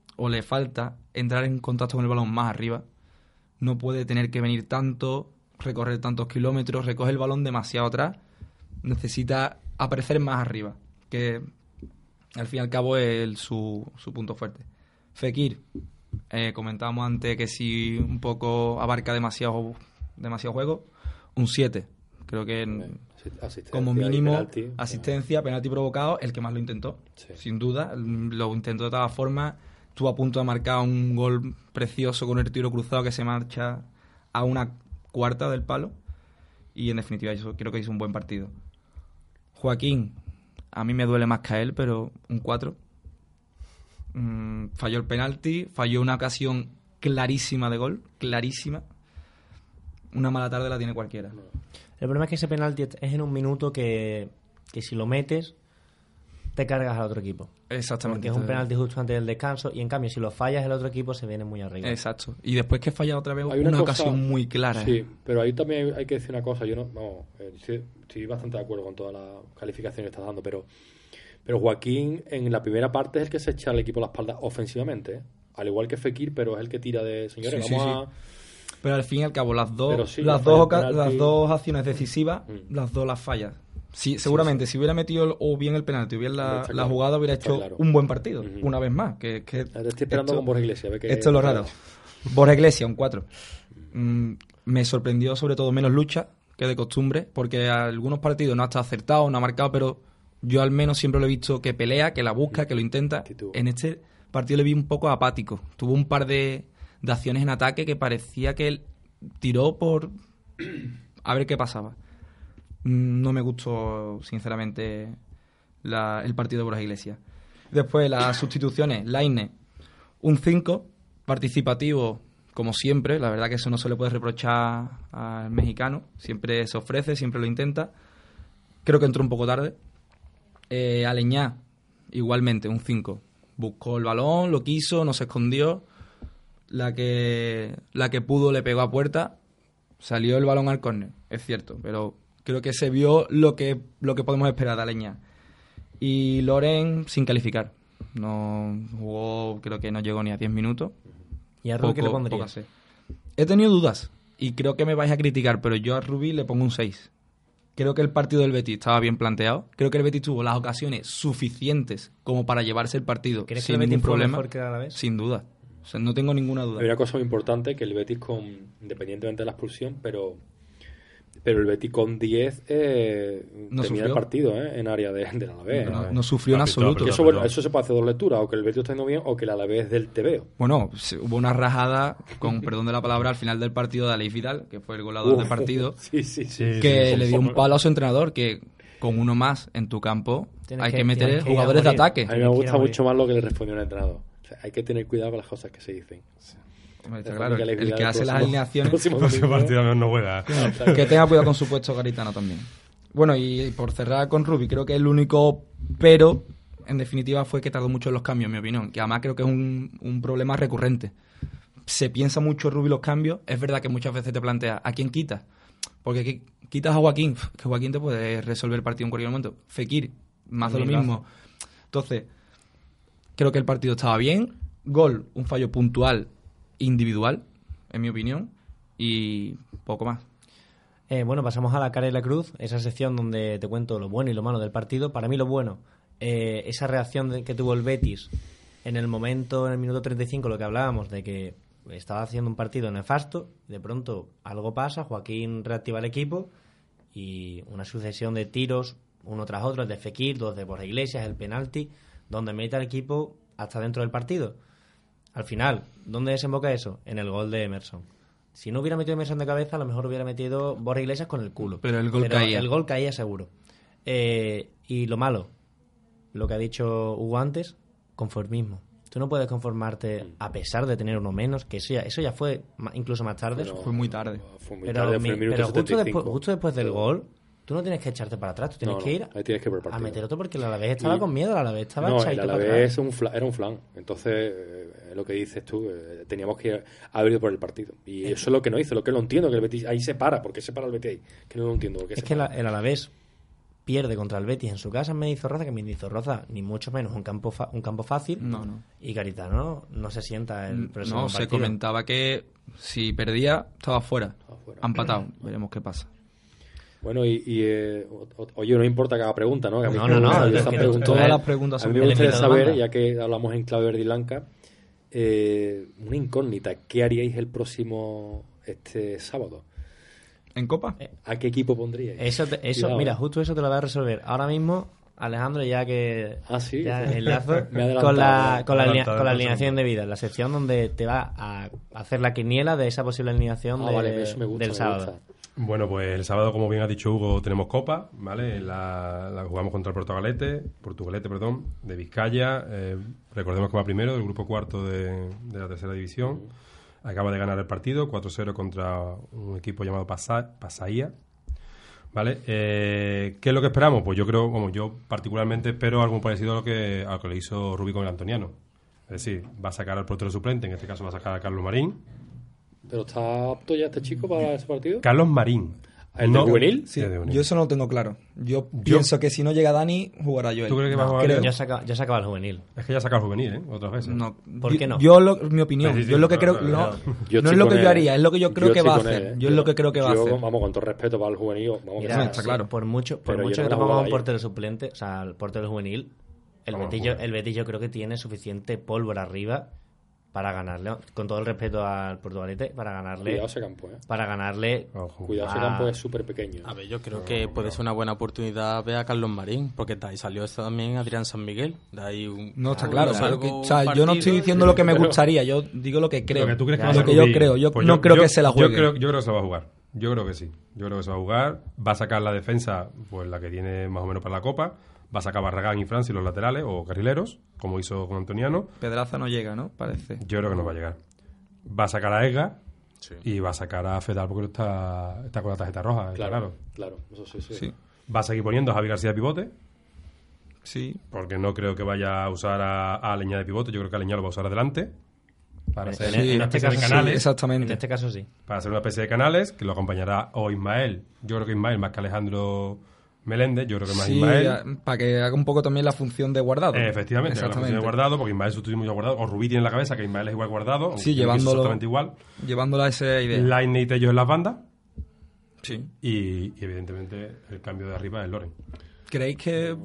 entrar en contacto con el balón más arriba. No puede tener que venir tanto, recorrer tantos kilómetros, recoge el balón demasiado atrás. Necesita aparecer más arriba, que al fin y al cabo es su punto fuerte. Fekir, comentábamos antes que si un poco abarca demasiado juego, un 7. Creo que como mínimo asistencia, penalti provocado, el que más lo intentó, sin duda. Lo intentó de todas formas. Estuvo a punto de marcar un gol precioso con el tiro cruzado que se marcha a una cuarta del palo. Y en definitiva creo que hizo un buen partido. Joaquín, a mí me duele más que a él, pero un 4. Falló el penalti, falló una ocasión clarísima de gol, clarísima. Una mala tarde la tiene cualquiera. El problema es que ese penalti es en un minuto que si lo metes, te cargas al otro equipo. Exactamente. Porque es un penalti justo antes del descanso y en cambio si lo fallas el otro equipo se viene muy arriba. Exacto. Y después que falla otra vez una ocasión muy clara. Sí, pero ahí también hay que decir una cosa. Yo estoy bastante de acuerdo con toda la calificación que estás dando, pero Joaquín en la primera parte es el que se echa al equipo a la espalda ofensivamente, ¿eh? Al igual que Fekir, pero es el que tira de señores. Sí. Pero al fin y al cabo las dos acciones decisivas, las dos las fallas. Sí, seguramente si hubiera metido o bien el penalti o bien la jugada hubiera hecho un buen partido, una vez más. Que estoy esperando con Borja Iglesias. Esto es lo raro. Borja Iglesias, un 4. Me sorprendió sobre todo menos lucha que de costumbre, porque algunos partidos no ha estado acertado, no ha marcado, pero yo al menos siempre lo he visto que pelea, que la busca, que lo intenta. En este partido le vi un poco apático. Tuvo un par de acciones en ataque que parecía que él tiró por a ver qué pasaba. No me gustó, sinceramente, el partido de Borja Iglesias. Después, las sustituciones. Lainez, un 5, participativo, como siempre. La verdad que eso no se le puede reprochar al mexicano. Siempre se ofrece, siempre lo intenta. Creo que entró un poco tarde. Aleñá, igualmente, un 5. Buscó el balón, lo quiso, no se escondió. La que pudo le pegó a puerta. Salió el balón al córner, es cierto, pero creo que se vio lo que podemos esperar de Aleñá. Y Loren sin calificar. No jugó, creo que no llegó ni a 10 minutos. ¿Y a Rubí qué le pondrías? He tenido dudas y creo que me vais a criticar, pero yo a Rubí le pongo un 6. Creo que el partido del Betis estaba bien planteado. Creo que el Betis tuvo las ocasiones suficientes como para llevarse el partido sin ningún problema. Mejor que a la vez? Sin duda. O sea, no tengo ninguna duda. Hay una cosa muy importante, que el Betis, independientemente de la expulsión, pero el Betis con 10 termina el partido en área del Alavés. No sufrió en absoluto. Eso se puede hacer dos lecturas, o que el Betis está yendo bien o que el Alavés es del tebeo. Bueno, hubo una rajada, con perdón de la palabra, al final del partido de Aleix Vidal, que fue el goleador del partido, que le dio un palo a su entrenador, que con uno más en tu campo hay que meter jugadores de ataque. A mí me gusta mucho más lo que le respondió el entrenador. O sea, hay que tener cuidado con las cosas que se dicen. Claro, el que hace las alineaciones partido no juega. Que tenga cuidado con su puesto Garitano también. Bueno, y por cerrar con Rubí, creo que el único pero en definitiva fue que tardó mucho en los cambios, en mi opinión, que además creo que es un problema recurrente. Se piensa mucho Rubí los cambios, es verdad que muchas veces te planteas ¿a quién quitas? Porque quitas a Joaquín, que Joaquín te puede resolver el partido en cualquier momento. Fekir, más de lo mismo. Entonces, creo que el partido estaba bien. Gol, un fallo puntual, individual, en mi opinión, y poco más. Bueno, pasamos a la cara y la cruz, esa sección donde te cuento lo bueno y lo malo del partido. Para mí lo bueno, esa reacción que tuvo el Betis en el minuto 35, lo que hablábamos, de que estaba haciendo un partido nefasto, de pronto algo pasa, Joaquín reactiva el equipo y una sucesión de tiros, uno tras otro, el de Fekir, dos de Borja Iglesias, el penalti, donde mete al equipo hasta dentro del partido. Al final, ¿dónde desemboca eso? En el gol de Emerson. Si no hubiera metido Emerson de cabeza, a lo mejor hubiera metido Borja Iglesias con el culo. Pero el gol caía. El gol caía seguro. Y lo malo, lo que ha dicho Hugo antes, conformismo. Tú no puedes conformarte a pesar de tener uno menos, que eso ya fue incluso más tarde. Bueno, fue muy tarde. Pero justo después del gol, tú no tienes que echarte para atrás, tú tienes que ir a meter otro, porque el Alavés estaba con miedo, el Alavés estaba echadito el Alavés era un flan. Entonces, lo que dices tú, teníamos que haber ido por el partido. Y eso es lo que no hizo, lo que no entiendo, que el Betis ahí se para. ¿Por qué se para el Betis ahí? Que no lo entiendo. Es que el Alavés pierde contra el Betis en su casa en Mendizorroza, que Mendizorroza ni mucho menos un campo fácil. No. Y Garitano no se sienta el próximo partido. Se comentaba que si perdía estaba fuera. Ha empatado, veremos qué pasa. Bueno, oye, no importa cada pregunta, ¿no? Que a mí no. Todas las preguntas son... A mí me gustaría saber, ya que hablamos en clave verde y blanca, una incógnita. ¿Qué haríais el próximo sábado? ¿En Copa? ¿A qué equipo pondríais? Eso, mira, justo eso te lo voy a resolver ahora mismo, Alejandro, ya que ¿sí? ya enlazo con la alineación de vida, la sección donde te va a hacer la quiniela de esa posible alineación del sábado. Bueno, pues el sábado, como bien ha dicho Hugo, tenemos Copa, ¿vale? La jugamos contra el Portugalete, de Vizcaya. Recordemos que va primero del grupo cuarto de la tercera división. Acaba de ganar el partido, 4-0 contra un equipo llamado Pasaia, ¿vale? ¿Qué es lo que esperamos? Pues yo creo, yo particularmente espero algo parecido a lo que le hizo Rubí con el Antoniano. Es decir, va a sacar al portero suplente, en este caso va a sacar a Carlos Marín. ¿Pero está apto ya este chico para ese partido? Carlos Marín. ¿El de juvenil? Sí, yo eso no lo tengo claro. Yo pienso que si no llega Dani, jugará Joel. ¿Tú crees que va a jugar? Ya sacaba el juvenil. Es que ya saca el juvenil, otras veces. No. ¿Por qué no? Mi opinión. Yo lo que creo... No es lo que yo haría, es lo que yo creo que va a hacer. Yo es lo que creo que va a hacer. Vamos, con todo respeto para el juvenil. Está claro. Por mucho que tomamos un portero suplente, o sea, el portero juvenil, el Betis yo creo que tiene suficiente pólvora arriba para ganarle, con todo el respeto al Portugalete, para ganarle. Cuidado ese campo, Para ganarle. Cuidado ese campo, es súper pequeño. A ver, yo creo que puede ser una buena oportunidad ver a Carlos Marín, porque de ahí salió también Adrián San Miguel. De ahí no, está claro. Yo no estoy diciendo lo que me gustaría, yo digo lo que creo. Lo que tú crees que lo que yo creo. Yo no creo que se la juegue. Yo creo que se va a jugar. Yo creo que sí. Yo creo que se va a jugar. Va a sacar la defensa, pues la que tiene más o menos para la Copa. Va a sacar Barragán y Francis los laterales o carrileros, como hizo con Antoniano. Pedraza no llega, ¿no? Parece. Yo creo que no va a llegar. Va a sacar a Edgar y va a sacar a Fedal porque está con la tarjeta roja. Claro, eso sí. Va a seguir poniendo a Javi García de pivote. Sí. Porque no creo que vaya a usar a Leña de pivote. Yo creo que a Leña lo va a usar adelante. Para hacer una especie de canales. Sí, exactamente. En este caso sí. Para hacer una especie de canales que lo acompañará o Ismael. Yo creo que Ismael más que Alejandro Meléndez, yo creo que más Ismael. Para que haga un poco también la función de Guardado. Efectivamente, la función de Guardado, porque Ismael sustituye mucho a Guardado. O Rubí tiene en la cabeza que Ismael es igual Guardado. Sí, llevándolo. Exactamente igual. Llevándolo a esa idea. Lainez y Tello en las bandas. Sí. Y evidentemente el cambio de arriba es Loren. ¿Creéis que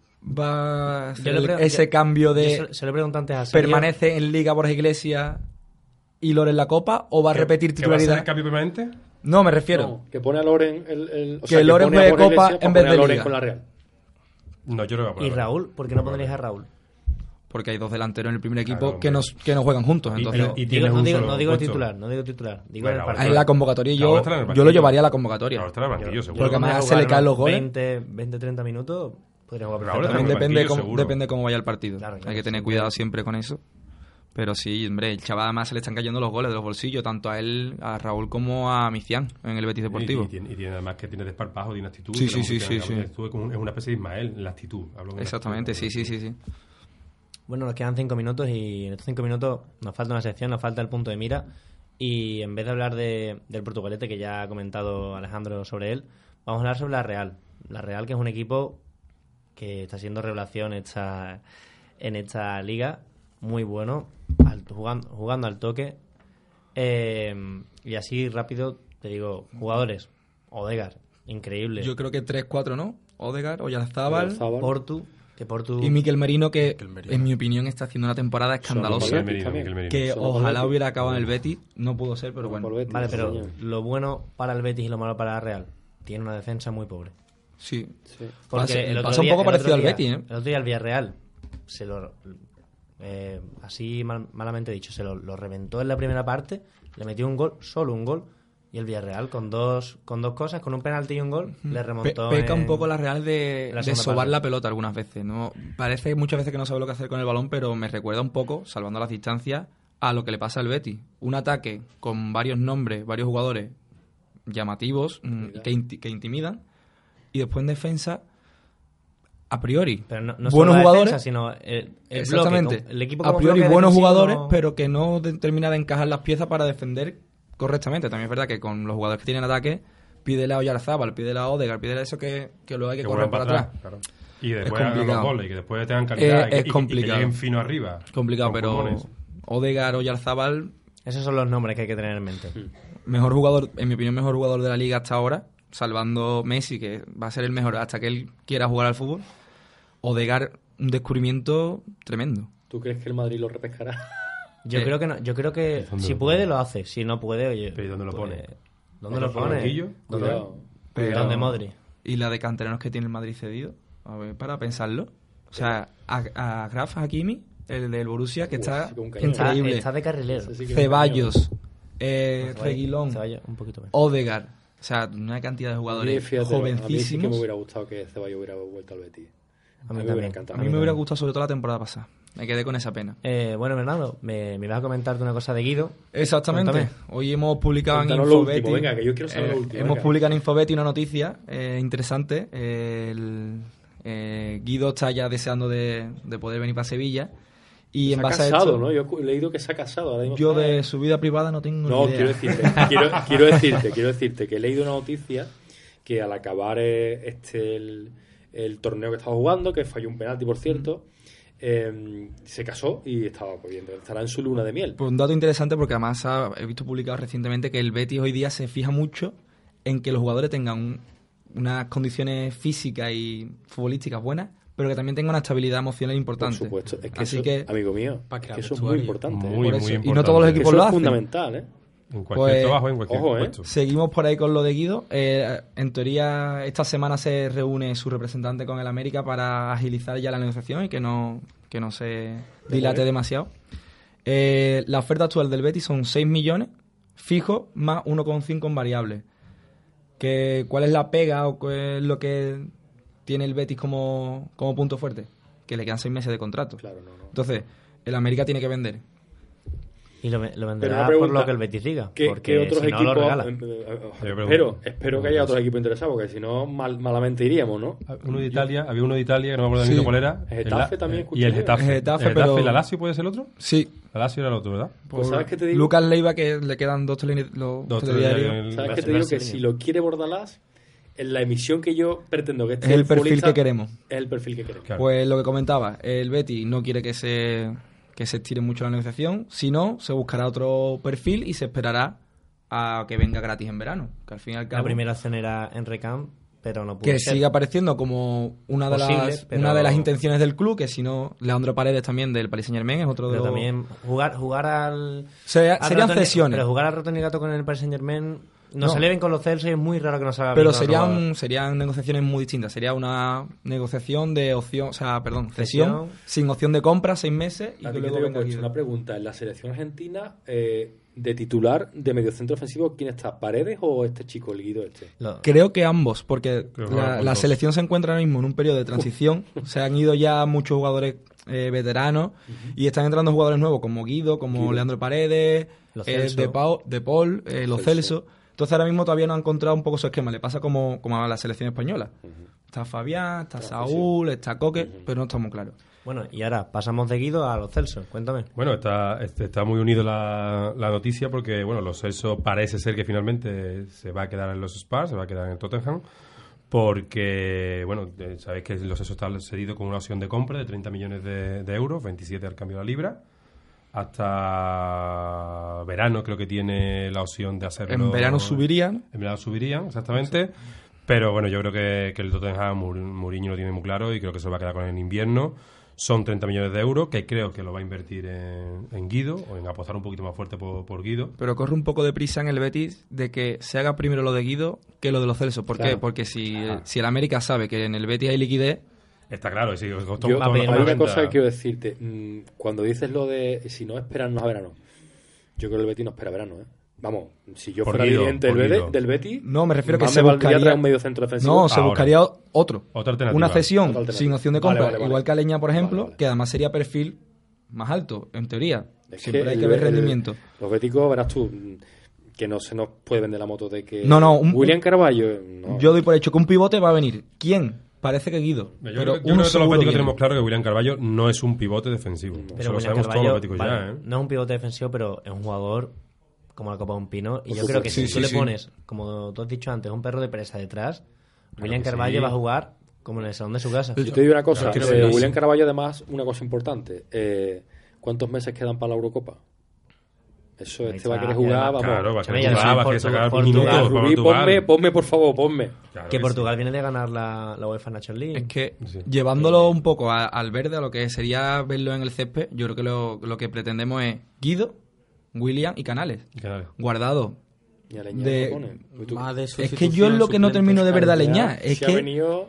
va a ser ese cambio de. Se lo pregunto antes a ¿Permanece en Liga Borja Iglesias y Loren en la Copa? ¿O va a repetir titularidad? ¿Va a ser el cambio permanente? No, me refiero. No, que pone a Loren que Loren juegue Copa en vez de Loren Liga. Con la Real. No, yo creo que va a poner. ¿Y Raúl? ¿Por qué no pondrías a Raúl? Porque hay dos delanteros en el primer equipo que no juegan juntos. Entonces, no digo titular. Digo en la convocatoria yo lo llevaría a la convocatoria. Porque además se le caen los goles. 20-30 minutos podría jugar perfectamente. También depende cómo vaya el partido. Claro, hay que tener cuidado siempre con eso. Pero sí, hombre, el chaval además se le están cayendo los goles de los bolsillos, tanto a él, a Raúl, como a Micián en el Betis Deportivo. Y tiene además que tiene desparpajo, tiene actitud. Sí. Es una especie de Ismael en la actitud. Exactamente, sí. Bueno, nos quedan 5 minutos y en estos 5 minutos nos falta una sección, nos falta el punto de mira. Y en vez de hablar del Portugalete, que ya ha comentado Alejandro sobre él, vamos a hablar sobre la Real. La Real, que es un equipo que está siendo revelación en esta liga, muy bueno, jugando al toque. Y así rápido te digo, jugadores: Odegaard, increíble. Yo creo que 3-4, ¿no? Odegaard, Oyarzábal, Portu y Mikel Merino, que en mi opinión está haciendo una temporada escandalosa. Que ojalá hubiera acabado en el Betis, no pudo ser, pero bueno. Vale, pero lo bueno para el Betis y lo malo para la Real, tiene una defensa muy pobre. Sí. Porque pasa un poco parecido al Betis, ¿eh? El otro día el Villarreal se lo... así malamente dicho, se lo reventó en la primera parte, le metió un gol, solo un gol, y el Villarreal con dos cosas, con un penalti y un gol, le remontó. Peca un poco la Real de sobar la pelota algunas veces, ¿no? Parece muchas veces que no sabe lo que hacer con el balón, pero me recuerda un poco, salvando las distancias, a lo que le pasa al Betis. Un ataque con varios nombres, varios jugadores llamativos, que intimidan, y después en defensa, a priori, pero no buenos jugadores, defensa, sino el exactamente, bloque, el equipo a priori buenos jugadores, pero que no termina de encajar las piezas para defender correctamente. También es verdad que con los jugadores que tienen ataque, pídele a Oyarzábal, pídele a Odegaard, pídele a eso que luego hay que correr para atrás. Claro. Y después hagan los goles, y que después tengan calidad, es y complicado. que lleguen fino arriba. Complicado, pero pulmones. Odegaard, Oyarzábal... Esos son los nombres que hay que tener en mente. Mejor jugador, en mi opinión, mejor jugador de la liga hasta ahora, salvando Messi, que va a ser el mejor hasta que él quiera jugar al fútbol. Odegaard, un descubrimiento tremendo. ¿Tú crees que el Madrid lo repescará? Yo creo que no. Yo creo que si puede lo hace, si no puede, oye. ¿Pero dónde lo pone? ¿Dónde lo pone? ¿Dónde Modri? ¿Y la de canteranos que tiene el Madrid cedido? A ver, para pensarlo. O sea, a Graf Hakimi, el del Borussia, que está increíble. Está de carrilero. Ceballos, Reguilón, un poquito menos. Odegaard. O sea, una cantidad de jugadores jovencísimos. A mí sí que me hubiera gustado que Ceballos hubiera vuelto al Betis. A mí también. A mí me hubiera gustado sobre todo la temporada pasada. Me quedé con esa pena. Bueno, Bernardo, me ibas a comentarte una cosa de Guido. Exactamente. Cuéntame. Hoy hemos publicado Cuéntanos en Infobeti. Venga, que yo quiero saber lo último. Hemos publicado en Infobeti una noticia interesante. Guido está ya deseando de poder venir para Sevilla. Y se en ha base casado, a esto, ¿no? Yo he leído que se ha casado. Ahora yo de su vida privada no tengo ni idea. Quiero decirte que he leído una noticia que al acabar el torneo que estaba jugando, que falló un penalti, por cierto, se casó y estará en su luna de miel. Pues un dato interesante, porque además he visto publicado recientemente que el Betis hoy día se fija mucho en que los jugadores tengan unas condiciones físicas y futbolísticas buenas, pero que también tengan una estabilidad emocional importante. Por supuesto, es que eso, amigo mío, es que eso es muy importante. Muy importante. Y no todos los equipos lo hacen. Es fundamental, ¿eh? En cualquier trabajo, en cualquier puesto. Seguimos por ahí con lo de Guido. En teoría, esta semana se reúne su representante con el América para agilizar ya la negociación y que no se dilate demasiado. La oferta actual del Betis son 6 millones fijos más 1,5 en variables. ¿Cuál es la pega o qué es lo que tiene el Betis como punto fuerte? Que le quedan 6 meses de contrato. Claro, Entonces, el América tiene que vender. Y lo venderá por lo que el Betis diga. Porque otros si no equipos, lo regala. Espero que haya otros equipos interesados, porque si no, malamente iríamos, ¿no? Había uno de Italia, que no me acuerdo ni cuál era. El Getafe también escuché. Y el Getafe, pero... ¿el Lazio puede ser el otro? Sí. El Lazio era el otro, ¿verdad? Pues ¿sabes qué te digo? Lucas Leiva, que le quedan dos telediarios. ¿Sabes qué te digo? Que si lo quiere Bordalás, en la emisión que yo pretendo que esté es el perfil que queremos. Es el perfil que queremos. Claro. Pues lo que comentaba, el Betis no quiere que se estire mucho la negociación, si no, se buscará otro perfil y se esperará a que venga gratis en verano. Que al fin y al cabo, la primera opción era en Recam, pero no pudo que ser. sigue apareciendo como una de las intenciones del club, que si no, Leandro Paredes también del Paris Saint-Germain es otro de los... Pero también jugar al... Serían cesiones. Pero jugar al Rotonigato con el Paris Saint-Germain... No sale bien con los Celso y es muy raro que no salga bien. Pero serían negociaciones muy distintas. Sería una negociación de cesión sin opción de compra, 6 meses. Y que luego venga aquí. Una pregunta: en la selección argentina, de titular de mediocentro ofensivo, ¿quién está? ¿Paredes o este chico, el Guido este? Creo que ambos, porque la selección se encuentra ahora mismo en un periodo de transición. Se han ido ya muchos jugadores veteranos y están entrando jugadores nuevos como Guido, como Leandro Paredes, De Paul, Lo Celso. Entonces ahora mismo todavía no ha encontrado un poco su esquema. Le pasa como a la selección española. Está Fabián, está Saúl, está Coque, pero no está muy claro. Bueno, y ahora pasamos de Guido a los Celso. Cuéntame. Bueno, está muy unido la noticia porque, bueno, los Celso parece ser que finalmente se va a quedar en los Spurs, se va a quedar en el Tottenham, porque, bueno, sabéis que los Celso está cedido con una opción de compra de 30 millones de euros, 27 al cambio de la libra. Hasta verano creo que tiene la opción de hacerlo. En verano subirían. En verano subirían, exactamente. Sí. Pero bueno, yo creo que el Tottenham, Mourinho lo tiene muy claro y creo que se va a quedar con él en invierno. Son 30 millones de euros que creo que lo va a invertir en Guido o en apostar un poquito más fuerte por Guido. Pero corre un poco de prisa en el Betis de que se haga primero lo de Guido que lo de los Celso. ¿Por qué? Porque si el América sabe que en el Betis hay liquidez... Está claro, sí. Hay una cosa que quiero decirte. Cuando dices lo de si no esperan a verano, yo creo que el Betis no espera verano, ¿eh? Vamos, si yo fuera dirigente del Betis, no, me refiero que se buscaría un medio centro defensivo. No, se buscaría otra alternativa. Una cesión sin opción de compra, vale. Igual que Aleñá, por ejemplo, que además sería perfil más alto, en teoría. Siempre hay que ver rendimiento. Los béticos, verás tú, que no se nos puede vender la moto de que William Carvalho. Yo doy por hecho que un pivote va a venir. ¿Quién? Parece que Guido. Yo creo que todos los béticos tenemos claro que William Carvalho no es un pivote defensivo. Pero eso lo sabemos todos los béticos ya. No es un pivote defensivo, pero es un jugador como la Copa de un Pino. Y yo creo que si tú le pones, como tú has dicho antes, un perro de presa detrás, William Carvalho va a jugar como en el salón de su casa. Yo te digo una cosa. William Carvalho, además, una cosa importante. ¿Cuántos meses quedan para la Eurocopa? Eso va a querer jugar, vamos. Claro, va a querer jugar, va a querer sacar minutos. Ponme, por favor, ponme. Claro que Portugal viene de ganar la UEFA Nations League. Es que, llevándolo un poco al verde, a lo que sería verlo en el césped, yo creo que lo que pretendemos es Guido, William y Canales. Guardado. Y Aleñá es que yo es lo que no termino de ver de Aleñá. Es que yo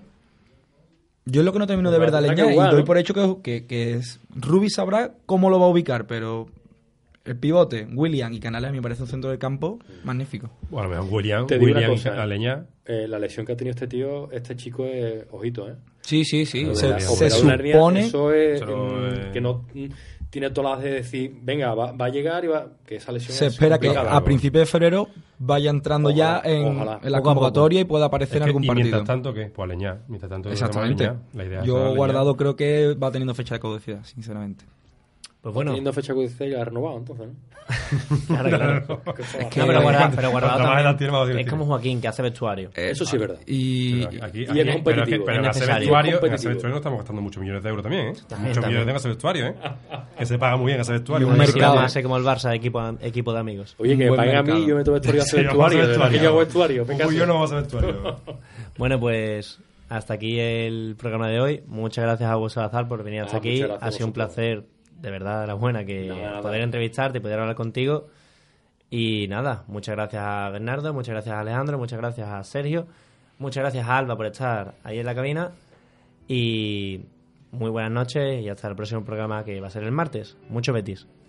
es lo que no termino de ver de Aleñá. Y doy por hecho que Rubi sabrá cómo lo va a ubicar, pero... El pivote, William y Canales, me parece un centro del campo magnífico. Bueno, a lo mejor William y Aleñá. La lesión que ha tenido este chico es ojito, ¿eh? Sí. Se supone... Eso es que no tiene todas las de decir, venga, va a llegar y que esa lesión se espera que a principios de febrero vaya entrando en la convocatoria y pueda aparecer en algún partido. Mientras tanto, ¿qué? Pues Aleñá. Mientras tanto, exactamente. La idea yo Guardado creo que va teniendo fecha de caducidad, sinceramente. Pues bueno. Teniendo fecha judicial y ha renovado, entonces, ¿no? Claro. Es que pero Guardado también es como Joaquín, que hace vestuario. Eso sí es verdad. Y es competitivo. Pero en hacer vestuario no estamos gastando muchos millones de euros también, ¿eh? Muchos millones en hacer vestuario, ¿eh? Que se paga muy bien hacer vestuario. Y un mercado más como el Barça, equipo de amigos. Oye, que me paguen a mí, yo meto vestuario a hacer vestuario. Que yo hago vestuario. Yo no vamos a hacer vestuario. Bueno, pues... Hasta aquí el programa de hoy. Muchas gracias a Hugo Salazar por venir hasta aquí. Ha sido un placer, de verdad, la buena, poder entrevistarte y poder hablar contigo. Y nada, muchas gracias a Bernardo, muchas gracias a Alejandro, muchas gracias a Sergio, muchas gracias a Alba por estar ahí en la cabina. Y muy buenas noches y hasta el próximo programa, que va a ser el martes. Mucho Betis.